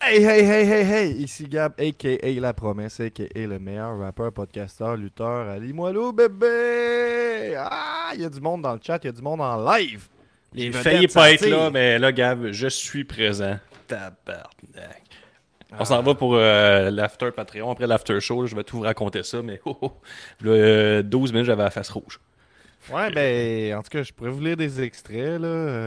Hey, hey, hey, hey, hey! Ici Gab, a.k.a. La Promesse, a.k.a. le meilleur rappeur, podcasteur, lutteur. Ali-moi-l'eau, bébé! Ah! Il y a du monde dans le chat, il y a du monde en live! Les J'ai vedettes failli pas être là, s'attirent. mais là, Gab, je suis présent. Tabarnak. On s'en Ah. va pour l'after Patreon. Après l'after show, là, je vais tout vous raconter ça, mais là, 12 minutes, j'avais la face rouge. Ouais, ben, en tout cas, je pourrais vous lire des extraits, là.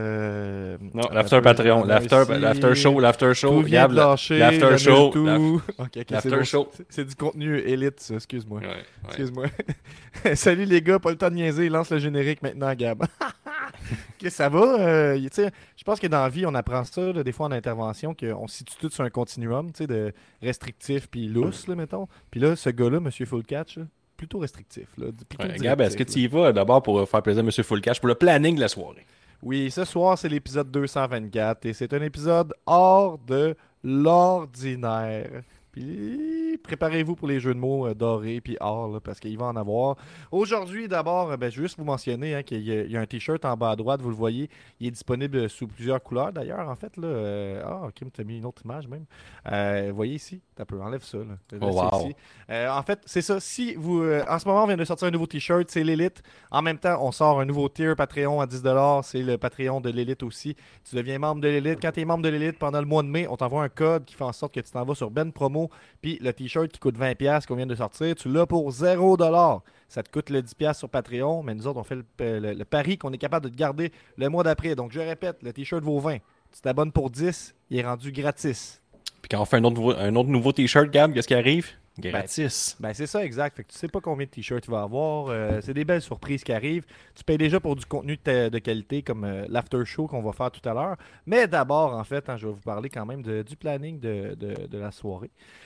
Non, Attends un l'after peu, Patreon, j'en ai ici. l'after show, Tout vient Gab, de lâcher, l'after j'annule show, tout. Ok, c'est l'after bon. show. C'est du contenu élite, ça, excuse-moi. Ouais, ouais. Excuse-moi. Salut les gars, pas le temps de niaiser, lance le générique maintenant, Gab. Ok, ça va? Tu sais, je pense que dans la vie, on apprend ça, là, des fois en intervention, qu'on se situe tout sur un continuum, tu sais, de restrictif puis lousse, là, mettons. Puis là, ce gars-là, Monsieur Full Catch, là, plutôt restrictif, là, plutôt Gab, est-ce que directif, tu là. y vas d'abord pour faire plaisir à Monsieur Full Cash pour le planning de la soirée? Oui, ce soir, c'est l'épisode 224 et c'est un épisode hors de l'ordinaire. Puis préparez-vous pour les jeux de mots dorés puis or, là, parce qu'il va en avoir. Aujourd'hui, d'abord, ben, je vais juste vous mentionner qu'il y a un t-shirt en bas à droite, vous le voyez. Il est disponible sous plusieurs couleurs d'ailleurs, en fait. Là, ok, tu as mis une autre image même. Vous voyez ici, t'as peu, enlève ça. Là. Là, Oh, c'est wow. ici. En fait, c'est ça. Si vous, en ce moment, on vient de sortir un nouveau t-shirt, c'est l'élite. En même temps, on sort un nouveau tier Patreon à 10$. C'est le Patreon de l'élite aussi. Tu deviens membre de l'élite. Quand tu es membre de l'élite pendant le mois de mai, on t'envoie un code qui fait en sorte que tu t'en vas sur Ben Promo. Puis le t-shirt qui coûte 20$ qu'on vient de sortir, tu l'as pour 0$. Ça te coûte le 10$ sur Patreon, mais nous autres, on fait le pari qu'on est capable de te garder le mois d'après. Donc, je répète, le t-shirt vaut 20. Tu t'abonnes pour 10, il est rendu gratis. Puis quand on fait un autre nouveau t-shirt, Gab, qu'est-ce qui arrive? Gratis. Ben c'est ça, exact. Fait que tu sais pas combien de t-shirts tu vas avoir. C'est des belles surprises qui arrivent. Tu payes déjà pour du contenu de qualité comme l'after show qu'on va faire tout à l'heure. Mais d'abord, en fait, je vais vous parler quand même du planning de la soirée.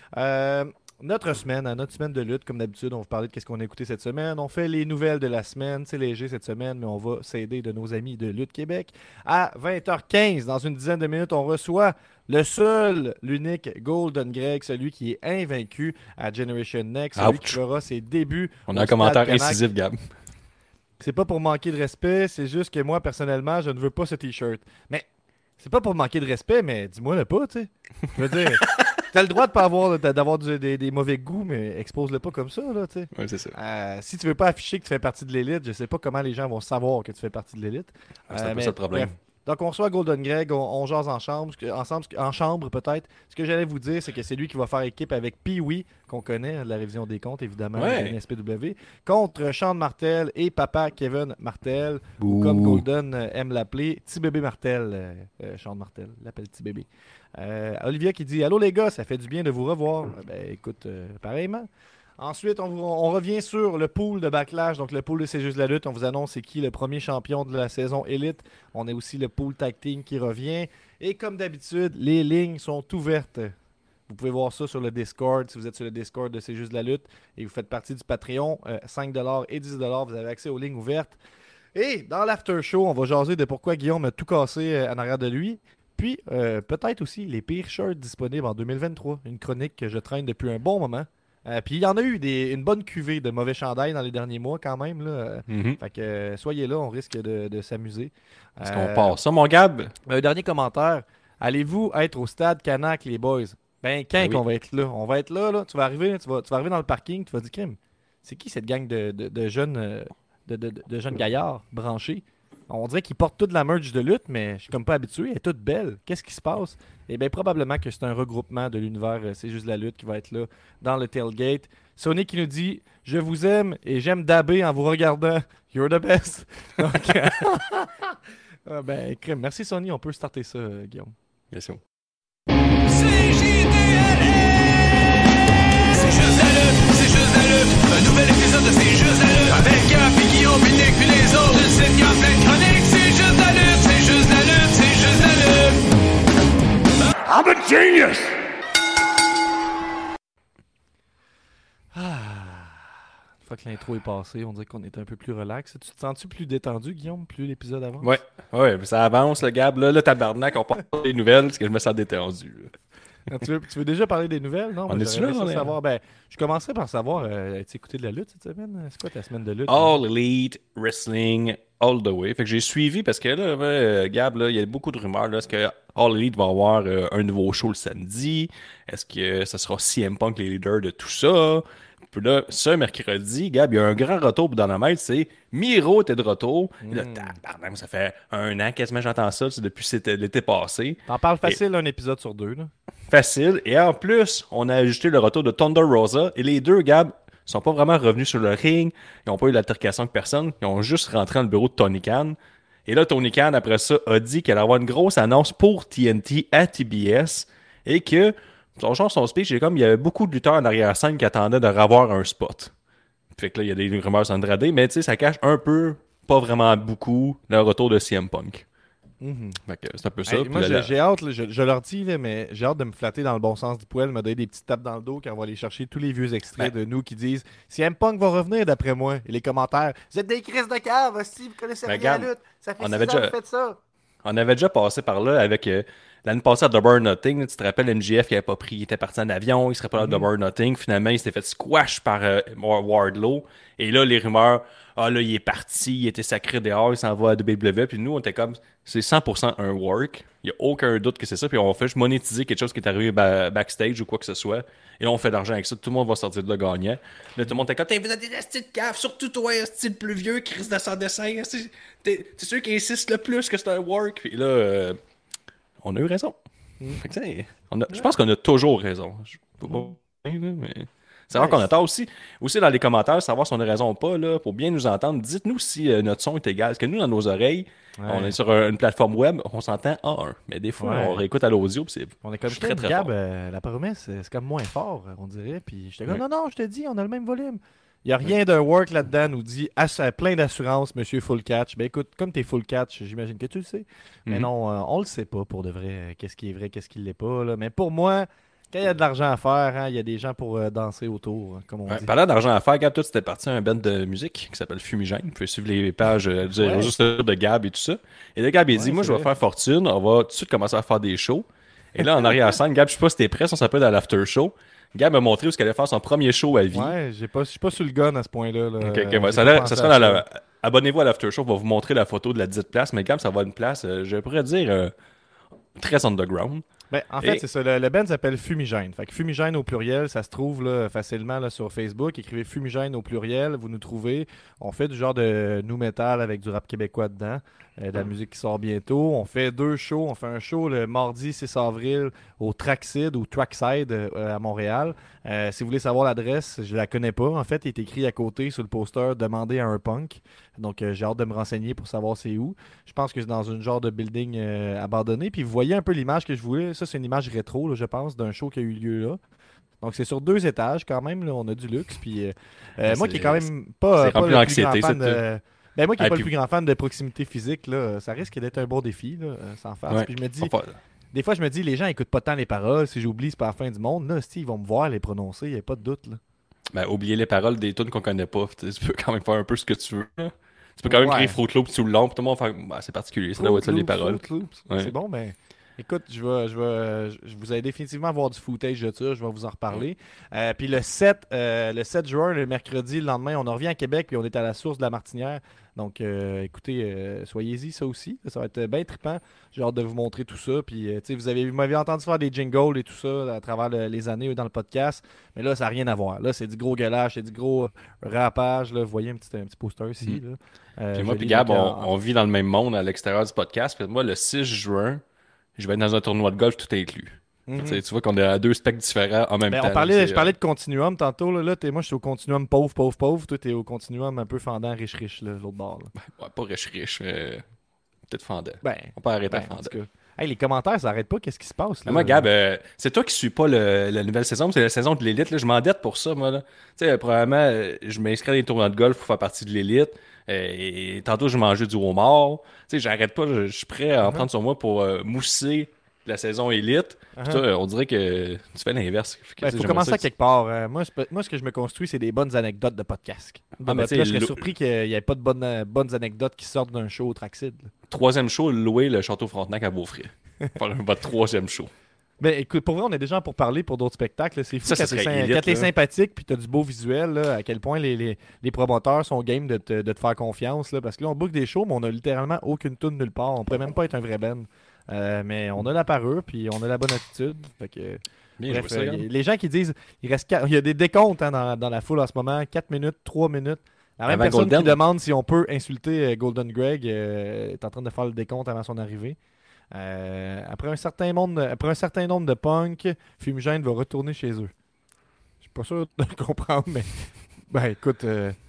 Notre semaine de lutte, comme d'habitude, on va vous parler de qu'est-ce qu'on a écouté cette semaine. On fait les nouvelles de la semaine. C'est léger cette semaine, mais on va s'aider de nos amis de Lutte Québec. À 20h15, dans une dizaine de minutes, on reçoit le seul, l'unique Golden Greg, celui qui est invaincu à Generation Next, celui qui Ouch. fera ses débuts. On au a un Stade commentaire Canac. incisif, Gab. C'est pas pour manquer de respect, c'est juste que moi, personnellement, je ne veux pas ce t-shirt. Mais c'est pas pour manquer de respect, mais dis-moi le pas, tu sais. Je veux dire, t'as le droit de pas avoir, d'avoir des mauvais goûts, mais expose-le pas comme ça, là, tu sais. Oui, c'est ça. Si tu veux pas afficher que tu fais partie de l'élite, je sais pas comment les gens vont savoir que tu fais partie de l'élite. C'est un peu Mais ça le problème. bref. Donc on reçoit Golden Greg, on jase en chambre, en chambre peut-être. Ce que j'allais vous dire, c'est que c'est lui qui va faire équipe avec Pee-Wee, qu'on connaît, de la révision des comptes évidemment, Ouais. de NSPW, contre Sean Martel et papa Kevin Martel, ou Bouh. comme Golden aime l'appeler, Petit Bébé Martel, Sean Martel, l'appelle Petit Bébé. Olivia qui dit « Allô les gars, ça fait du bien de vous revoir. » Ben écoute, pareillement. Ensuite, on revient sur le pool de Backlash. Donc, le pool de C'est juste la lutte. On vous annonce c'est qui le premier champion de la saison élite. On a aussi le pool tag team qui revient. Et comme d'habitude, les lignes sont ouvertes. Vous pouvez voir ça sur le Discord. Si vous êtes sur le Discord de C'est juste la lutte et vous faites partie du Patreon, 5$ et 10$, vous avez accès aux lignes ouvertes. Et dans l'after show, on va jaser de pourquoi Guillaume a tout cassé en arrière de lui. Puis, peut-être aussi les pires shirts disponibles en 2023. Une chronique que je traîne depuis un bon moment. Puis il y en a eu une bonne cuvée de mauvais chandails dans les derniers mois quand même. Là. Mhm. Fait que soyez là, on risque de s'amuser. Est-ce qu'on part ça, mon Gab? Un dernier commentaire. Allez-vous être au stade Canac, les boys? Ben, quand Ben oui. qu'on va être là? On va être là. Tu vas arriver, tu vas arriver dans le parking, tu vas dire, crime, c'est qui cette gang de jeunes, de jeunes gaillards branchés? On dirait qu'ils portent toute la merch de lutte, mais je suis comme pas habitué. Elle est toute belle. Qu'est-ce qui se passe? Eh bien, probablement que c'est un regroupement de l'univers C'est juste la lutte qui va être là dans le tailgate. Sony qui nous dit « Je vous aime et j'aime dabber en vous regardant. You're the best. » Donc, ben, crème. Merci Sony. On peut starter ça, Guillaume. Bien sûr. C'est juste la lutte, c'est juste la lutte. Un nouvel épisode de C'est juste la lutte. Avec Gab, puis Guillaume, puis Nick, puis les autres. Une sitcom pleine de chroniques. C'est juste la lutte, c'est juste la lutte, c'est juste la lutte. I'm a genius! Une fois que l'intro est passée, on dirait qu'on est un peu plus relax. Tu te sens-tu plus détendu, Guillaume, plus l'épisode avance? Ouais, ça avance, le Gab. Là, tabarnak, on parle des nouvelles parce que je me sens détendu. Là. Tu veux déjà parler des nouvelles? Non, On moi, est-tu j'aurais là, aimé ça on est- savoir. Ben, je commencerai par savoir, as-tu écouté de la lutte cette semaine? C'est quoi ta semaine de lutte? All Elite Wrestling all the way. Fait que j'ai suivi parce que là, Gab, là, il y a beaucoup de rumeurs. Là. Est-ce que All Elite va avoir un nouveau show le samedi? Est-ce que ça sera CM Punk les leaders de tout ça? Puis là, ce mercredi, Gab, il y a un grand retour pour Dynamite, c'est Miro était de retour. Et là, tabarnak, ça fait 1 an quasiment j'entends ça, c'est depuis l'été passé. T'en parles facile, un épisode sur 2. Là. Facile. Et en plus, on a ajouté le retour de Thunder Rosa. Et les deux, Gab, sont pas vraiment revenus sur le ring. Ils n'ont pas eu l'altercation avec personne. Ils ont juste rentré dans le bureau de Tony Khan. Et là, Tony Khan, après ça, a dit qu'elle allait avoir une grosse annonce pour TNT à TBS. Et que, son speech, il y avait beaucoup de lutteurs en arrière-scène qui attendaient de revoir un spot. Fait que là, il y a des rumeurs Andrade, mais tu sais, ça cache un peu, pas vraiment beaucoup, le retour de CM Punk. Fait que c'est un peu ça. Moi, j'ai hâte, là, je leur dis, là, mais j'ai hâte de me flatter dans le bon sens du poil, me donner des petites tapes dans le dos quand on va aller chercher tous les vieux extraits de nous qui disent CM Punk va revenir d'après moi. Et les commentaires, vous êtes des crises de cave, si vous connaissez rien à la lutte. Ça fait 6 ans que vous faites ça. On avait déjà passé par là avec l'année passée à Double or Nothing. Là, tu te rappelles, MJF qui avait pas pris, il était parti en avion, il serait pas là à Double or Nothing. Finalement, il s'était fait squash par Wardlow. Et là, les rumeurs, là, il est parti, il était sacré dehors, il s'en va à WWE. Puis nous, on était comme, c'est 100% un work. Il n'y a aucun doute que c'est ça. Puis on fait juste monétiser quelque chose qui est arrivé backstage ou quoi que ce soit. Et là, on fait de l'argent avec ça. Tout le monde va sortir de là gagnant. Là, tout le monde était comme, vous êtes des astis de cave, surtout toi, style plus vieux, Chris de sans dessin. T'es sûr qu'il insiste le plus que c'est un work. Puis là, on a eu raison. Fait que, je pense qu'on a toujours raison. Je peux pas mais c'est vrai qu'on a tort aussi. Aussi dans les commentaires, savoir si on a raison ou pas, là, pour bien nous entendre, dites-nous si notre son est égal. Parce que nous, dans nos oreilles, on est sur une plateforme web, on s'entend A1. Mais des fois, on réécoute à l'audio, puis on est comme très, très Gab, fort. la promesse, c'est comme moins fort, on dirait. Puis j'étais comme, non, je te dis, on a le même volume. Il n'y a rien d'un work là-dedans, nous dit plein d'assurance, monsieur Full Catch. Ben écoute, comme t'es Full Catch, j'imagine que tu le sais. Mais non, on le sait pas pour de vrai, qu'est-ce qui est vrai, qu'est-ce qui l'est pas. Là. Mais pour moi, quand il y a de l'argent à faire, il y a des gens pour danser autour, comme on dit. Parlant d'argent à faire, Gab, toi, c'était parti à un band de musique qui s'appelle Fumigène. Vous pouvez suivre les pages du réseau social de Gab et tout ça. Et là, Gab, il dit, moi, je vais faire fortune, on va tout de suite commencer à faire des shows. Et là, en arrière-scène, Gab, je sais pas si t'es prêt, on s'appelle à l'after show. Gab m'a montré où il allait faire son premier show à vie. Ouais, je suis pas sur le gun à ce point-là. Là. Ouais. Ça sera dans la... Abonnez-vous à l'after show, on va vous montrer la photo de la 10 place. Mais Gab, ça va être une place, je pourrais dire, très underground. Ben, en fait, c'est ça. Le band s'appelle Fumigène. Fait que Fumigène au pluriel, ça se trouve là, facilement là, sur Facebook. Écrivez Fumigène au pluriel, vous nous trouvez. On fait du genre de nu metal avec du rap québécois dedans. De la musique qui sort bientôt. On fait 2 shows. On fait un show le mardi 6 avril au Trackside ou Trackside à Montréal. Si vous voulez savoir l'adresse, je la connais pas. En fait, il est écrit à côté sur le poster « Demandez à un punk ». Donc, j'ai hâte de me renseigner pour savoir c'est où. Je pense que c'est dans une genre de building abandonné. Puis, vous voyez un peu l'image que je voulais. Ça, c'est une image rétro, là, je pense, d'un show qui a eu lieu là. Donc, c'est sur 2 étages quand même. Là, on a du luxe. Puis, moi qui est quand même pas le plus grand fan de... Ben moi qui n'ai pas le plus grand fan de proximité physique, là, ça risque d'être un bon défi, là, sans faire. Ouais. Puis je me dis, des fois je me dis, les gens n'écoutent pas tant les paroles, si j'oublie, c'est pas la fin du monde. Là, ils vont me voir les prononcer, il n'y a pas de doute. Là. Ben, oublier les paroles des tunes qu'on connaît pas. Tu peux quand même faire un peu ce que tu veux. Là. Tu peux quand même créer Fruit Loops tout le long, puis tout le monde va faire, c'est particulier, ça doit être ça les paroles. Ouais. C'est bon, ben... Écoute, je vous allez définitivement avoir du footage de ça, je vais vous en reparler. Puis le 7 juin, le mercredi, le lendemain, on en revient à Québec, puis on est à la source de la Martinière. Donc, écoutez, soyez-y, ça aussi. Ça va être bien trippant. J'ai hâte de vous montrer tout ça. Puis, vous m'avez entendu faire des jingles et tout ça à travers les années dans le podcast. Mais là, ça n'a rien à voir. Là, c'est du gros galage, c'est du gros rappage. Là. Vous voyez un petit poster ici. Là. Puis moi, puis Gab, on vit dans le même monde à l'extérieur du podcast. Puis moi, le 6 juin, je vais être dans un tournoi de golf, tout inclus. Tu vois qu'on est à 2 specs différents en même temps. Je parlais de continuum tantôt. Là, moi, je suis au continuum pauvre. Toi, t'es au continuum un peu fendant, riche, l'autre bord. Là. Ouais, pas riche, mais peut-être fendant. Ben, on peut arrêter fendant. Hey, les commentaires, ça n'arrête pas. Qu'est-ce qui se passe? Là? Moi, Gab, c'est toi qui suis pas la nouvelle saison. C'est la saison de l'élite. Là. Je m'endette pour ça, moi. Probablement, je m'inscris dans les tournois de golf pour faire partie de l'élite. Et tantôt, je mangeais du homard. J'arrête pas. Je suis prêt à en prendre sur moi pour mousser la saison élite. Toi, on dirait que tu fais l'inverse. Il faut commencer à quelque part. Moi, ce que je me construis, c'est des bonnes anecdotes de podcast. Là, je serais surpris qu'il n'y ait pas de bonnes anecdotes qui sortent d'un show au Trackside. 3e show, louer le Château Frontenac à Beaufray. Votre 3e show. Ben écoute, pour vrai, on est déjà pour parler pour d'autres spectacles. Là. C'est fou Ça quand serait t'es élite, quand t'es là. sympathique puis t'as du beau visuel, là, à quel point les promoteurs sont game de te faire confiance. Là, parce que là, on book des shows, mais on a littéralement aucune toune nulle part. On pourrait même pas être un vrai band. Mais on a la parure puis on a la bonne attitude. Fait que, Bien bref, joué, ça, regarde. les gens qui disent il y a des décomptes hein, dans la foule en ce moment, 4 minutes, 3 minutes. La même Avant personne Golden. qui demande si on peut insulter Golden Greg est en train de faire le décompte avant son arrivée. Après un certain nombre de punks, Fumigène va retourner chez eux. Je suis pas sûr de le comprendre, mais ben écoute,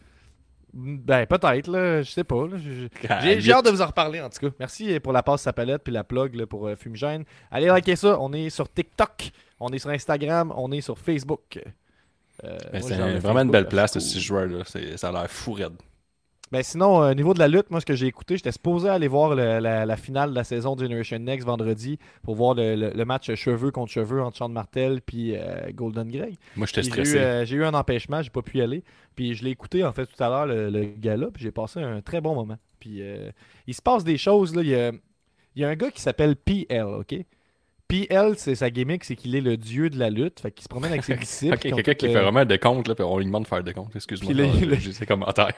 ben peut-être là, je sais pas. Là, j'ai hâte de vous en reparler en tout cas. Merci pour la passe sa palette puis la plug là, pour Fumigène. Allez liker ça. On est sur TikTok, on est sur Instagram, on est sur Facebook. Ben, Moi, c'est genre le vraiment une Facebook, belle là, place, c'est ce cool. 6 joueurs là. Ça a l'air fou raide. Ben sinon, au niveau de la lutte, moi ce que j'ai écouté, j'étais supposé aller voir la finale de la saison de Generation Next vendredi pour voir le match cheveux contre cheveux entre Sean Martel puis Golden Greg. Moi, j'étais Puis stressé. j'ai eu un empêchement, j'ai pas pu y aller. Puis je l'ai écouté en fait tout à l'heure, le gala, puis j'ai passé un très bon moment. Puis il se passe des choses, là. Il y a un gars qui s'appelle PL, ok? PL, c'est sa gimmick, c'est qu'il est le dieu de la lutte. Fait qu'il se promène avec ses disciples. Ok, quelqu'un qui fait vraiment un décompte, là, puis on lui demande de faire un décompte. Excuse-moi, Puis j'ai ces commentaires.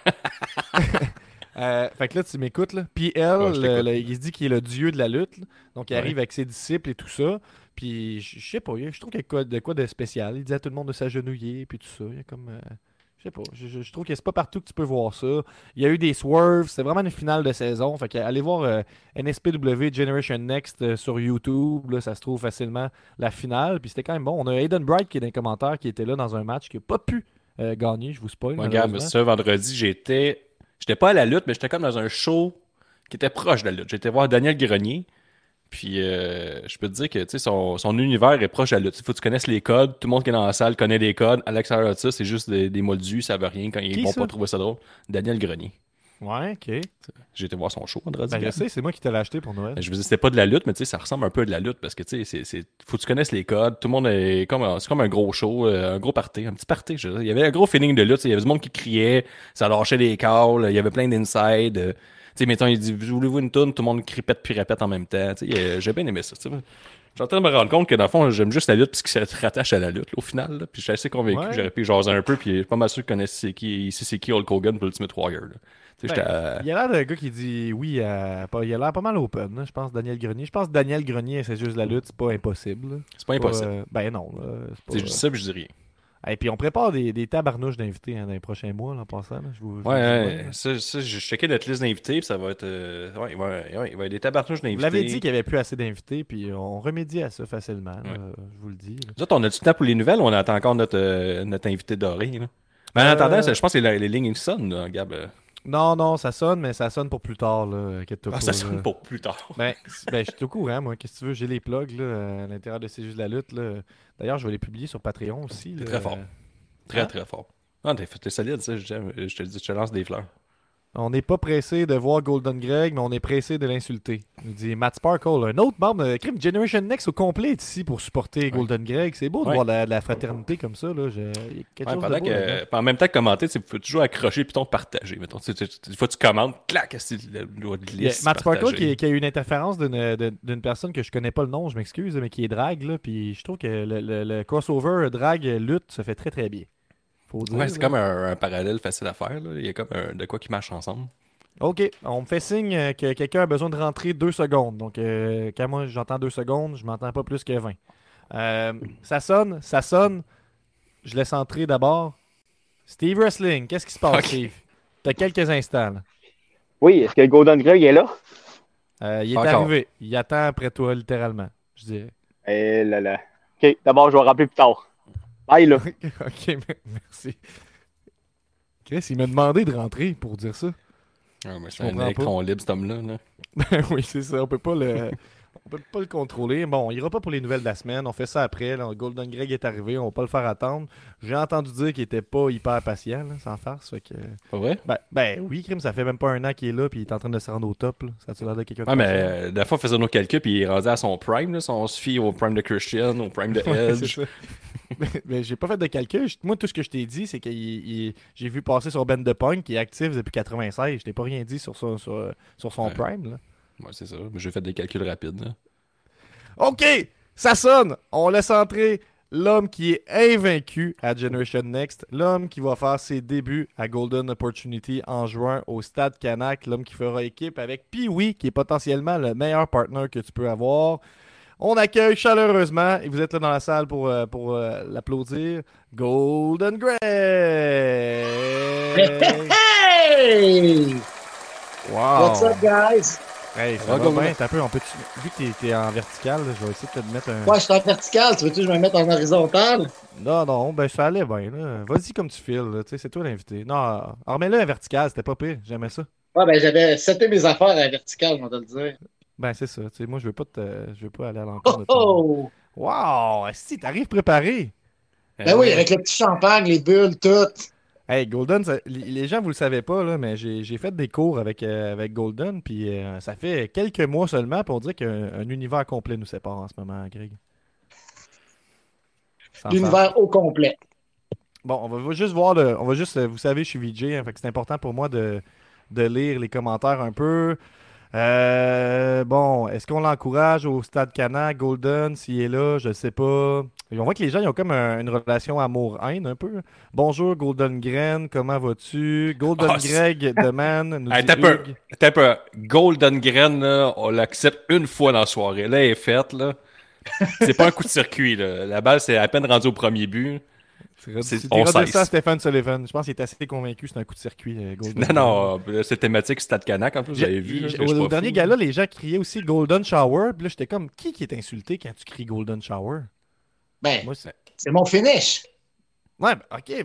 Fait que là, tu m'écoutes, là. Puis je t'écoute. il se dit qu'il est le dieu de la lutte, là. Donc, il Ouais. arrive avec ses disciples et tout ça. Puis, je sais pas, je trouve qu'il y a de quoi de spécial. Il dit à tout le monde de s'agenouiller, puis tout ça. Il y a comme... je sais pas, je trouve que c'est pas partout que tu peux voir ça. Il y a eu des swerves, c'est vraiment une finale de saison. Fait que allez voir NSPW Generation Next sur YouTube, là, ça se trouve facilement la finale. Puis c'était quand même bon. On a Aiden Bright qui est dans les commentaires, qui était là dans un match qui a pas pu gagner, je vous spoil. Moi, regarde, malheureusement. ça, vendredi, j'étais pas à la lutte, mais j'étais comme dans un show qui était proche de la lutte. J'étais voir Daniel Grenier. Puis, je peux te dire que tu sais, son univers est proche de la lutte. Il faut que tu connaisses les codes. Tout le monde qui est dans la salle connaît les codes. À l'extérieur de ça, c'est juste des moldus, ça veut rien. Quand ils Qui, vont ça? pas trouver ça drôle. Daniel Grenier. Ouais, ok. J'ai été voir son show vendredi. Ben, je gars. sais, c'est moi qui te l'ai acheté pour Noël. Je vous dis, c'était pas de la lutte, mais tu sais, ça ressemble un peu à de la lutte parce que tu sais, faut que tu connaisses les codes. Tout le monde est c'est comme un gros show, un gros party, un petit party. Je veux dire. Il y avait un gros feeling de lutte. Il y avait du monde qui criait, ça lâchait des calls, il y avait plein d'inside. Tu sais, mettons, il dit, voulez-vous une toune? Tout le monde répète puis répète en même temps. Tu sais, j'ai bien aimé ça. Tu sais. J'ai en train de me rendre compte que dans le fond, j'aime juste la lutte puisqu'il se rattache à la lutte là, au final. Là. Puis je suis assez convaincu Ouais. que j'aurais pu jaser un peu. Puis je suis pas mal sûr qu'il connaît c'est qui Hulk Hogan pour Ultimate Warrior. Là. Tu sais, Ben, j'étais il y a l'air d'un gars qui dit oui, il a l'air pas mal open, là, je pense, Daniel Grenier. Je pense que Daniel Grenier, c'est juste la lutte, c'est pas impossible. Là. c'est pas impossible. Ben non. Là, c'est Tu sais, je dis pas, ça puis je dis rien. Et puis on prépare des tabarnouches d'invités hein, dans les prochains mois, là, en passant. Là, je vous Ouais, dis, là. ça, j'ai checké notre liste d'invités, puis ça va être. Ouais, il va y avoir des tabarnouches d'invités. Vous l'avez dit qu'il n'y avait plus assez d'invités, puis on remédie à ça facilement, là, je vous le dis. Là. Nous autres, on a du temps pour les nouvelles ou on attend encore notre invité doré? Là? Mais en attendant, je pense que les lignes sonnent, là, Gab. Non, ça sonne, mais ça sonne pour plus tard. Là, inquiète-toi pas, Ça là. sonne pour plus tard. Ben, je suis au courant, moi. Qu'est-ce que tu veux? J'ai les plugs là, à l'intérieur de C'est juste la lutte. Là. D'ailleurs, je vais les publier sur Patreon aussi. T'es là. très fort. Très, Hein? très fort. Non, t'es solide, ça. Je te dis, je te lance des fleurs. On n'est pas pressé de voir Golden Greg, mais on est pressé de l'insulter. Il dit Matt Sparkle, un autre membre de Crime Generation Next au complet est ici pour supporter Golden Greg. C'est beau de Ouais. voir la fraternité comme ça. Là. Il y a quelque Ouais, chose pendant de beau là-dedans. en même temps que commenter, il faut toujours accrocher puis partager. Mettons, une fois que tu commentes, clac, c'est le Il y a liste. Matt Sparkle partagé. qui a eu une interférence d'une personne que je connais pas le nom, je m'excuse, mais qui est drague. Là, puis je trouve que le crossover drague-lutte se fait très très bien. Faut dire, Ouais, c'est là. comme un parallèle facile à faire. Là. Il y a comme de quoi qui marche ensemble. OK, on me fait signe que quelqu'un a besoin de rentrer 2 secondes. Donc, quand moi j'entends 2 secondes, je m'entends pas plus que 20. Ça sonne. Je laisse entrer d'abord. Steve Wrestling, qu'est-ce qui se passe, Ok. Steve? T'as quelques instants. Là. Oui, est-ce que Golden Greg est là? Il est Encore. arrivé. Il attend après toi, littéralement, je dirais. Eh là là. OK, d'abord, je vais rappeler plus tard. Bye, là. OK, merci. Chris, il m'a demandé de rentrer pour dire ça. Ouais, mais c'est Je un comprends électron libre, cet homme-là. Là. Ben oui, c'est ça. On peut pas le contrôler. Bon, on ira pas pour les nouvelles de la semaine. On fait ça après. Là. Golden Greg est arrivé. On va pas le faire attendre. J'ai entendu dire qu'il était pas hyper patient, là, sans farce. Fait que... Pas vrai? Ben oui, Crime, ça fait même pas un an qu'il est là puis il est en train de se rendre au top. Là. Ça a l'air de quelqu'un de Ouais, mais patient? la fois, on faisait nos calculs, puis il est rendu à son prime. Là, si on se fie au prime de Christian, au prime de Ouais, c'est Edge. ça. Mais j'ai pas fait de calcul. Moi, tout ce que je t'ai dit, c'est que j'ai vu passer sur Ben de Punk qui est actif depuis 96. Je t'ai pas rien dit sur son Ouais. prime. Là. Ouais, c'est ça. Mais j'ai fait des calculs rapides. Là. OK! Ça sonne! On laisse entrer l'homme qui est invaincu à Generation Next, l'homme qui va faire ses débuts à Golden Opportunity en juin au Stade Canac, l'homme qui fera équipe avec Pee-Wee, qui est potentiellement le meilleur partner que tu peux avoir. On accueille chaleureusement, et vous êtes là dans la salle pour l'applaudir, Golden Greg! Hey! Wow! What's up, guys? Hey, ça va bien? T'as un peu, vu que t'es en vertical, là, je vais essayer de te mettre un... Ouais, je suis en vertical. Tu veux-tu que je me mette en horizontal? Non, ben ça allait bien. Là. Vas-y comme tu files, là, tu sais, c'est toi l'invité. Non, remets-le à vertical, c'était pas pire, j'aimais ça. Ouais, ben j'avais seté mes affaires à la verticale, on va te le dire. Ben c'est ça, tu sais, moi je veux pas aller à Oh l'encontre de ton... oh! Wow! Si, t'arrives préparé! Ben oui, avec le petit champagne, les bulles, tout. Hey, Golden, les gens, vous le savez pas, là, mais j'ai fait des cours avec Golden, puis ça fait quelques mois seulement pour dire qu'un univers complet nous sépare en ce moment, Greg. Sans L'univers au complet. Bon, on va juste voir on va juste, vous savez, je suis VJ, hein, fait que c'est important pour moi de lire les commentaires un peu. Bon, est-ce qu'on l'encourage au Stade Canac, Golden, s'il est là, je sais pas. On voit que les gens ils ont comme une relation amour-haine un peu. Bonjour Golden Grain, comment vas-tu? Golden Greg de Man nous Hey, dit t'as Hugues. un peu. Golden Grain, là, on l'accepte une fois dans la soirée. Là, elle est faite, là. C'est pas un coup de circuit, là. La balle, c'est à peine rendu au premier but. On on redis cesse. ça à Stéphane Sullivan. Je pense qu'il est assez convaincu que c'est un coup de circuit, Golden. Non, c'est thématique Stade Canac, en plus, vous avez vu. Là, que je suis Au pas dernier fou. gala, les gens criaient aussi Golden Shower. Puis là, j'étais comme, qui est insulté quand tu cries Golden Shower? Ben, Moi, c'est mon finish. ouais, ben, ok,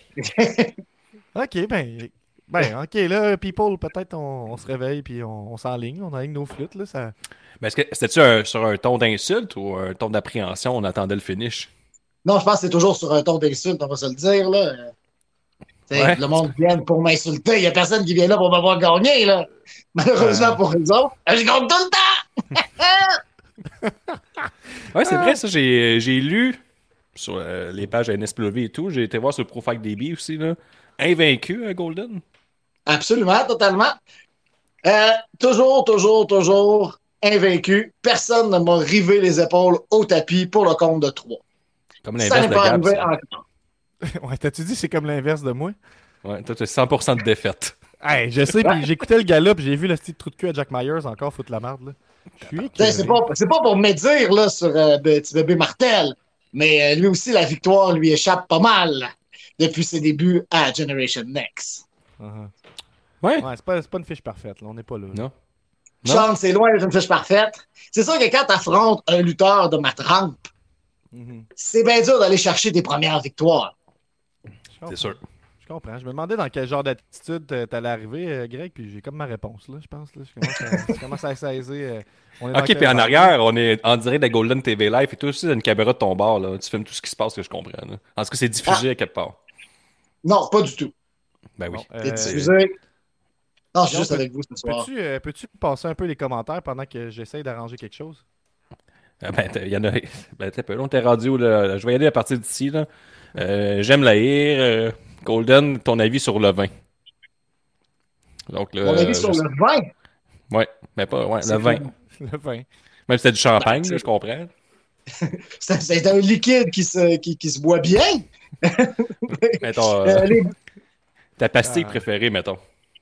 ok, ok, là, people, peut-être on se réveille puis on s'enligne, on aligne nos flûtes, là, ça... Mais est-ce que c'était-tu sur un ton d'insulte ou un ton d'appréhension? On attendait le finish. Non, je pense que c'est toujours sur un ton d'insulte, on va se le dire, là. Ouais. Le monde vient pour m'insulter. Il n'y a personne qui vient là pour m'avoir gagné, là. Malheureusement pour eux autres, je gagne tout le temps! Ouais, c'est vrai, ça. J'ai lu sur les pages NSPW et tout. J'ai été voir sur le Profile DB aussi, là. Invaincu, Golden. Absolument, totalement. Toujours invaincu. Personne ne m'a rivé les épaules au tapis pour le compte de 3. Comme Ça l'inverse n'est de pas Gab. arrivé ça. encore. Ouais, t'as-tu dit c'est comme l'inverse de moi? Ouais, toi, tu 100% de défaite. Hey, je sais, puis j'écoutais le gala, puis j'ai vu le style trou de cul à Jack Myers encore foutre la merde, là. Je suis écœuré. C'est pas pour me dire là, sur Petit Bébé Martel, mais lui aussi, la victoire lui échappe pas mal depuis ses débuts à Generation Next. Uh-huh. Ouais. Ouais, c'est pas une fiche parfaite, là, on n'est pas là. Non. Sean, c'est loin d'être une fiche parfaite. C'est sûr que quand tu affrontes un lutteur de ma trempe, Mhm. c'est bien dur d'aller chercher tes premières victoires. Je comprends. C'est sûr. Je comprends. Je me demandais dans quel genre d'attitude t'allais arriver, Greg, puis j'ai comme ma réponse, là, je pense. Là. Je commence à saisir. On est dans Ok, quel puis en genre? arrière, on est en direct de Golden TV Live et tout aussi, une caméra de ton bar, là. Tu filmes tout ce qui se passe, que je comprends. Là. En tout cas, c'est diffusé à quelque part. Non, pas du tout. Ben oui. Bon, C'est diffusé. Non, je suis juste Guillaume, avec vous ce soir. peux-tu passer un peu les commentaires pendant que j'essaye d'arranger quelque chose? Il y en a. Ben, t'es peu. Là, on t'est rendu où, là? Je vais y aller à partir d'ici, là. J'aime la hire. Golden, ton avis sur le vin? Donc, là, On a vu sur le vin. Ouais, mais pas. Ouais, C'est le vin. fou. Le vin. Même si c'était du champagne, Ben, là, je comprends. C'est un liquide qui se boit bien. Mettons, Les ta pastille préférée, mettons.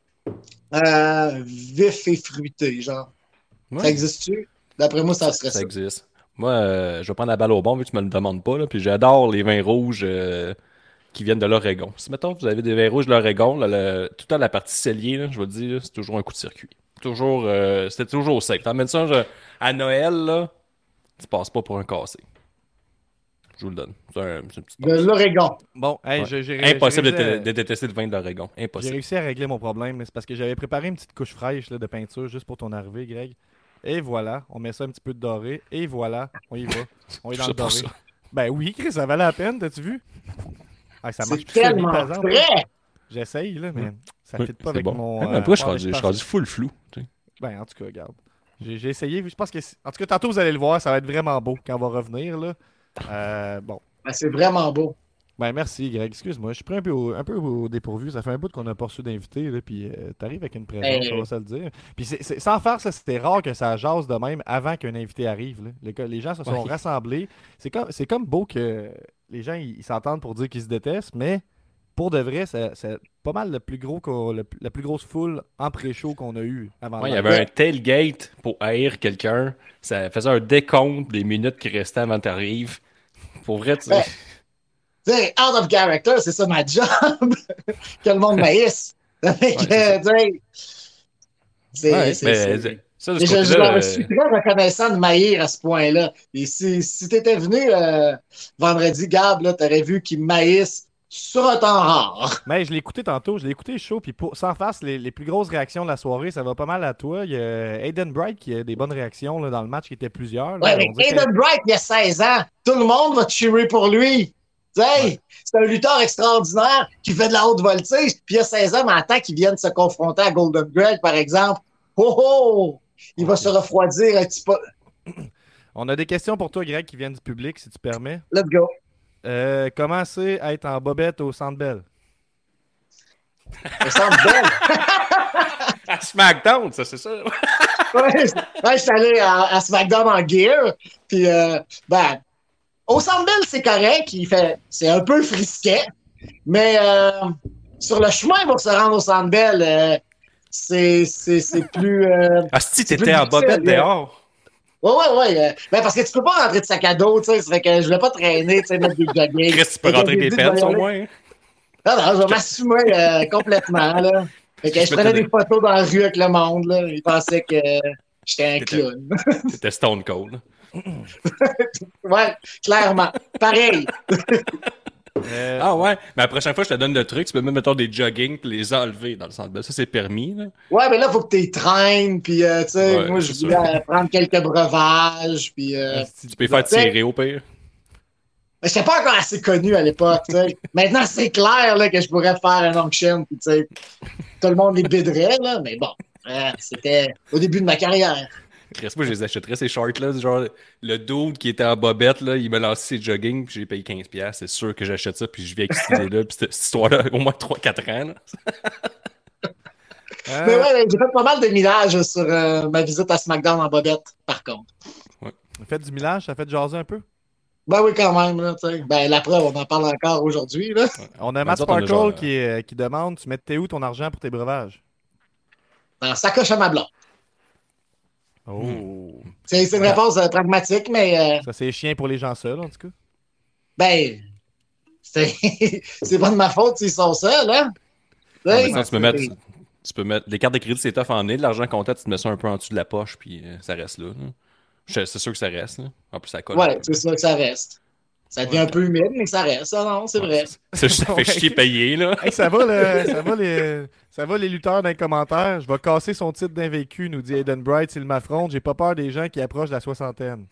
vif et fruité, genre. Ouais. Ça existe-tu? D'après moi, ça serait Ça ça. existe. Moi, je vais prendre la balle au bon vu que tu me le demandes pas. Là, puis j'adore les vins rouges qui viennent de l'Oregon. Si, mettons, vous avez des vins rouges de l'Oregon, là, tout le temps la partie cellier, là, je vous le dis, là, c'est toujours un coup de circuit. Toujours, c'était toujours sec. T'emmènes ça à Noël, là, tu passes pas pour un cassé. Je vous le donne. C'est une petite De l'Oregon. Bon, hey, Ouais. Impossible j'ai réussi de détester le vin de l'Oregon. j'ai Impossible. réussi à régler mon problème, mais c'est parce que j'avais préparé une petite couche fraîche là, de peinture juste pour ton arrivée, Greg. Et voilà, on met ça un petit peu de doré. Et voilà, on y va. On est dans Ça le pour doré. ça. Ben oui, Chris, ça valait la peine, t'as-tu vu? Ah, ça marche C'est plus solide, tellement par exemple. frais. J'essaye, là, mais ça Oui, fit pas c'est avec bon. mon... Pourquoi je ouais, suis rendu full flou? Tu sais. Ben, en tout cas, regarde. J'ai essayé. Je pense que... En tout cas, tantôt, vous allez le voir. Ça va être vraiment beau quand on va revenir, là. Bon. Ben, c'est vraiment beau. Ben, merci, Greg. Excuse-moi, je suis pris un peu au dépourvu. Ça fait un bout qu'on n'a pas reçu d'invité, là, puis t'arrives avec une présence, on va se le dire. Puis sans faire ça, c'était rare que ça jase de même avant qu'un invité arrive. Là. Les gens se sont rassemblés. C'est comme beau que les gens ils s'entendent pour dire qu'ils se détestent, mais pour de vrai, c'est pas mal le plus gros la plus grosse foule en pré-show qu'on a eu avant. Ouais, il y avait un tailgate pour haïr quelqu'un. Ça faisait un décompte des minutes qui restaient avant que t'arrives. Pour vrai, tu sais. Tu sais, out of character, c'est ça ma job. Que le monde maïsse. Ouais, ça, de ce je côté-là, suis très reconnaissant de maïr à ce point-là. Et si tu étais venu vendredi, Gab, tu aurais vu qu'il maïsse sur un temps rare. Mais je l'ai écouté tantôt, je l'ai écouté chaud, puis sans face, les plus grosses réactions de la soirée, ça va pas mal à toi. Il y a Aiden Bright qui a des bonnes réactions là, dans le match, qui étaient plusieurs. Là. Ouais, mais Aiden Bright, il a 16 ans. Tout le monde va cheerer pour lui. Ouais. C'est un lutteur extraordinaire qui fait de la haute voltige, puis il a 16 ans, mais attend qu'il vienne se confronter à Golden Greg, par exemple. Oh! Il va se refroidir un petit peu. On a des questions pour toi, Greg, qui viennent du public, si tu permets. Let's go. Comment c'est être en bobette au Centre Bell? Au Centre Bell? à SmackDown, ça, c'est ça. Ouais, je suis allé à SmackDown en gear, puis au Centre Bell, c'est correct, c'est un peu frisquet, mais sur le chemin pour se rendre au Centre Bell, c'est plus... si t'étais en bobette dehors. Ouais. Ben, parce que tu peux pas rentrer de sac à dos, tu sais. Ça fait que je voulais pas traîner, tu sais, mettre des jogging. Chris, tu peux rentrer des pants au moins. Non, je vais m'assumer complètement, là. Fait que je prenais des photos dans la rue avec le monde, là. Ils pensaient que j'étais un clown. T'étais Stone Cold. Ouais, clairement. Pareil. Ah ouais, mais la prochaine fois, je te donne le truc. Tu peux même mettre des jogging et les enlever dans le Centre Bell. Ça, c'est permis. Là. Ouais, mais là, il faut que tu traînes. Puis, tu sais, moi, je voulais prendre quelques breuvages. Puis, tu peux faire tirer au pire. Je n'étais pas encore assez connu à l'époque. Maintenant, c'est clair là, que je pourrais faire un auction. Puis, tout le monde les biderait. Là, mais bon, c'était au début de ma carrière. Chris, moi, je les achèterais, ces shorts-là. Genre, le dude qui était en bobette, là, il m'a lancé ses jogging, puis j'ai payé $15. C'est sûr que j'achète ça, puis je vis avec cette idée-là. Puis cette histoire-là, au moins 3-4 ans. Là. Mais ouais, j'ai fait pas mal de millages sur ma visite à SmackDown en bobette, par contre. Ouais. Faites du millage, ça fait jaser un peu? Ben oui, quand même. Là, ben, la preuve, on en parle encore aujourd'hui. Là. Ouais. On a Matt Sparkle qui demande, tu mettais où ton argent pour tes breuvages? Dans la sacoche à ma blonde. Oh. C'est une réponse pragmatique, mais... Ça, c'est chiant pour les gens seuls, en tout cas. Ben, c'est pas de ma faute s'ils sont seuls, hein? Ça, tu peux mettre des cartes de crédit, c'est tough en nez. De l'argent comptant, tu te mets ça un peu en dessous de la poche, puis ça reste là. C'est sûr que ça reste. Là. En plus, ça colle. Ouais, c'est sûr que ça reste. Ça devient un peu humide, mais ça reste. Ah non, c'est vrai. Ça fait chier payer, là. Hey, ça va les lutteurs dans les commentaires. Je vais casser son titre d'invaincu, nous dit Aiden Bright s'il m'affronte. J'ai pas peur des gens qui approchent de la soixantaine.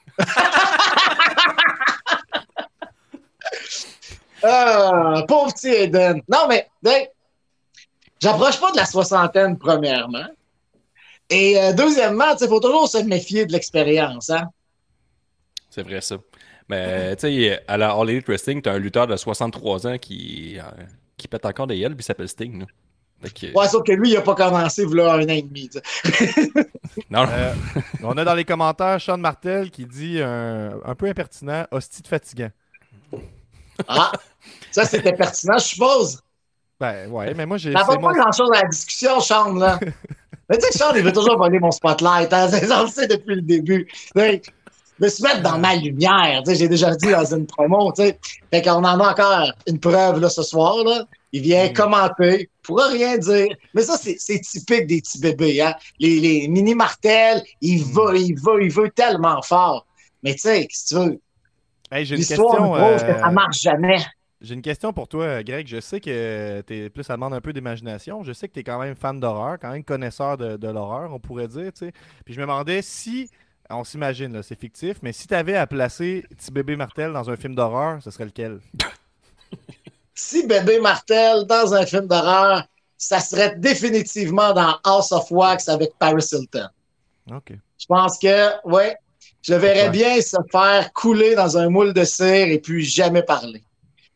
Pauvre petit Aiden. Non, mais j'approche pas de la soixantaine, premièrement. Et deuxièmement, il faut toujours se méfier de l'expérience. Hein? C'est vrai, ça. Mais, tu sais, à la All Elite Wrestling, t'as un lutteur de 63 ans qui pète encore des gueules, puis il s'appelle Sting. Là. Ouais, sauf que lui, il a pas commencé voilà 1 an et demi. Non. On a dans les commentaires Sean Martel qui dit un peu impertinent, hostie de fatigant. Ah, ça c'était pertinent, je suppose. Ben ouais, mais moi j'ai. Ça va pas grand-chose à la discussion, Sean, là. Mais tu sais, Sean, il veut toujours voler mon spotlight. Hein? On le sait depuis le début. De se mettre dans ma lumière. J'ai déjà dit dans une promo. T'sais. Fait qu'on en a encore une preuve là, ce soir. Là. Il vient commenter. Il pourra rien dire. Mais ça, c'est typique des petits bébés. Hein? Les mini Martel, il veut tellement fort. Mais tu sais, si tu veux, hey, l'histoire nous prouve que ça marche jamais. J'ai une question pour toi, Greg. Je sais que ça demande un peu d'imagination. Je sais que tu es quand même fan d'horreur, quand même connaisseur de l'horreur, on pourrait dire. T'sais. Puis je me demandais si, on s'imagine, là, c'est fictif, mais si tu avais à placer Petit Bébé Martel dans un film d'horreur, ce serait lequel? Si Bébé Martel dans un film d'horreur, ça serait définitivement dans House of Wax avec Paris Hilton. OK. Je pense que, ouais, je le verrais bien se faire couler dans un moule de cire et puis jamais parler.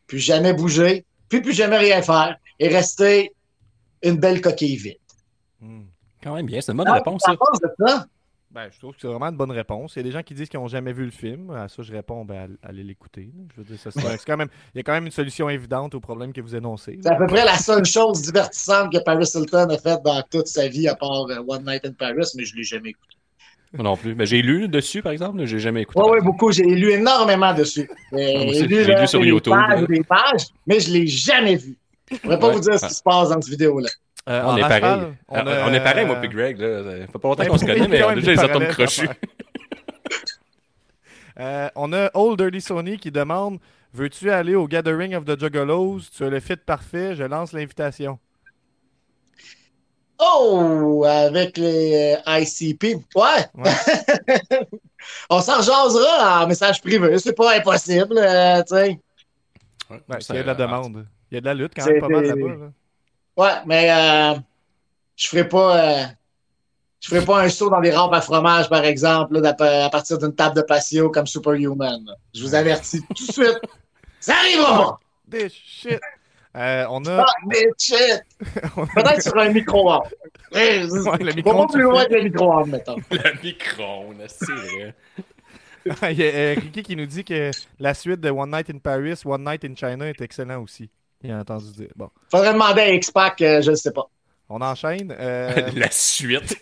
plus jamais bouger, puis plus jamais rien faire, et rester une belle coquille vide. Quand même bien, c'est une bonne Ah, réponse, tu ça. penses de ça? Ben, je trouve que c'est vraiment une bonne réponse. Il y a des gens qui disent qu'ils n'ont jamais vu le film. À ça, je réponds, allez l'écouter. Là. Je veux dire, c'est quand même, il y a quand même une solution évidente au problème que vous énoncez. C'est à peu près la seule chose divertissante que Paris Hilton a faite dans toute sa vie, à part One Night in Paris, mais je ne l'ai jamais écouté. Moi non plus. Mais j'ai lu dessus, par exemple. J'ai jamais écouté. Oui, beaucoup. J'ai lu énormément dessus. moi aussi, J'ai j'ai lu sur YouTube, là. Des pages, mais je ne l'ai jamais vu. Je ne pourrais pas vous dire ce qui se passe dans cette vidéo-là. On est pareil. On est pareil, moi et Greg. Là. Ça fait pas longtemps qu'on se connaît, mais on a déjà les atomes crochus. On a Old Dirty Sony qui demande veux-tu aller au Gathering of the Juggalos? Tu as le fit parfait, je lance l'invitation. Oh, avec les ICP. Ouais. On s'en jasera en message privé. C'est pas impossible, tu sais. Ouais, il y a de la demande. Il y a de la lutte quand même pas mal là-bas. Là. Ouais, mais je ferai pas un saut dans des rampes à fromage, par exemple, là, à partir d'une table de patio comme Superhuman. Là. Je vous avertis tout de suite. Ça arrivera pas! This shit! On a... shit! Peut-être sur un micro-ondes. Le micro-ondes. Pas plus loin que le micro-ondes, mettons. Le micro-ondes, c'est vrai. Il y a Ricky qui nous dit que la suite de One Night in Paris, One Night in China est excellent aussi. Il a entendu dire. Bon. Faudrait demander à X-Pac, je ne sais pas. On enchaîne. La suite.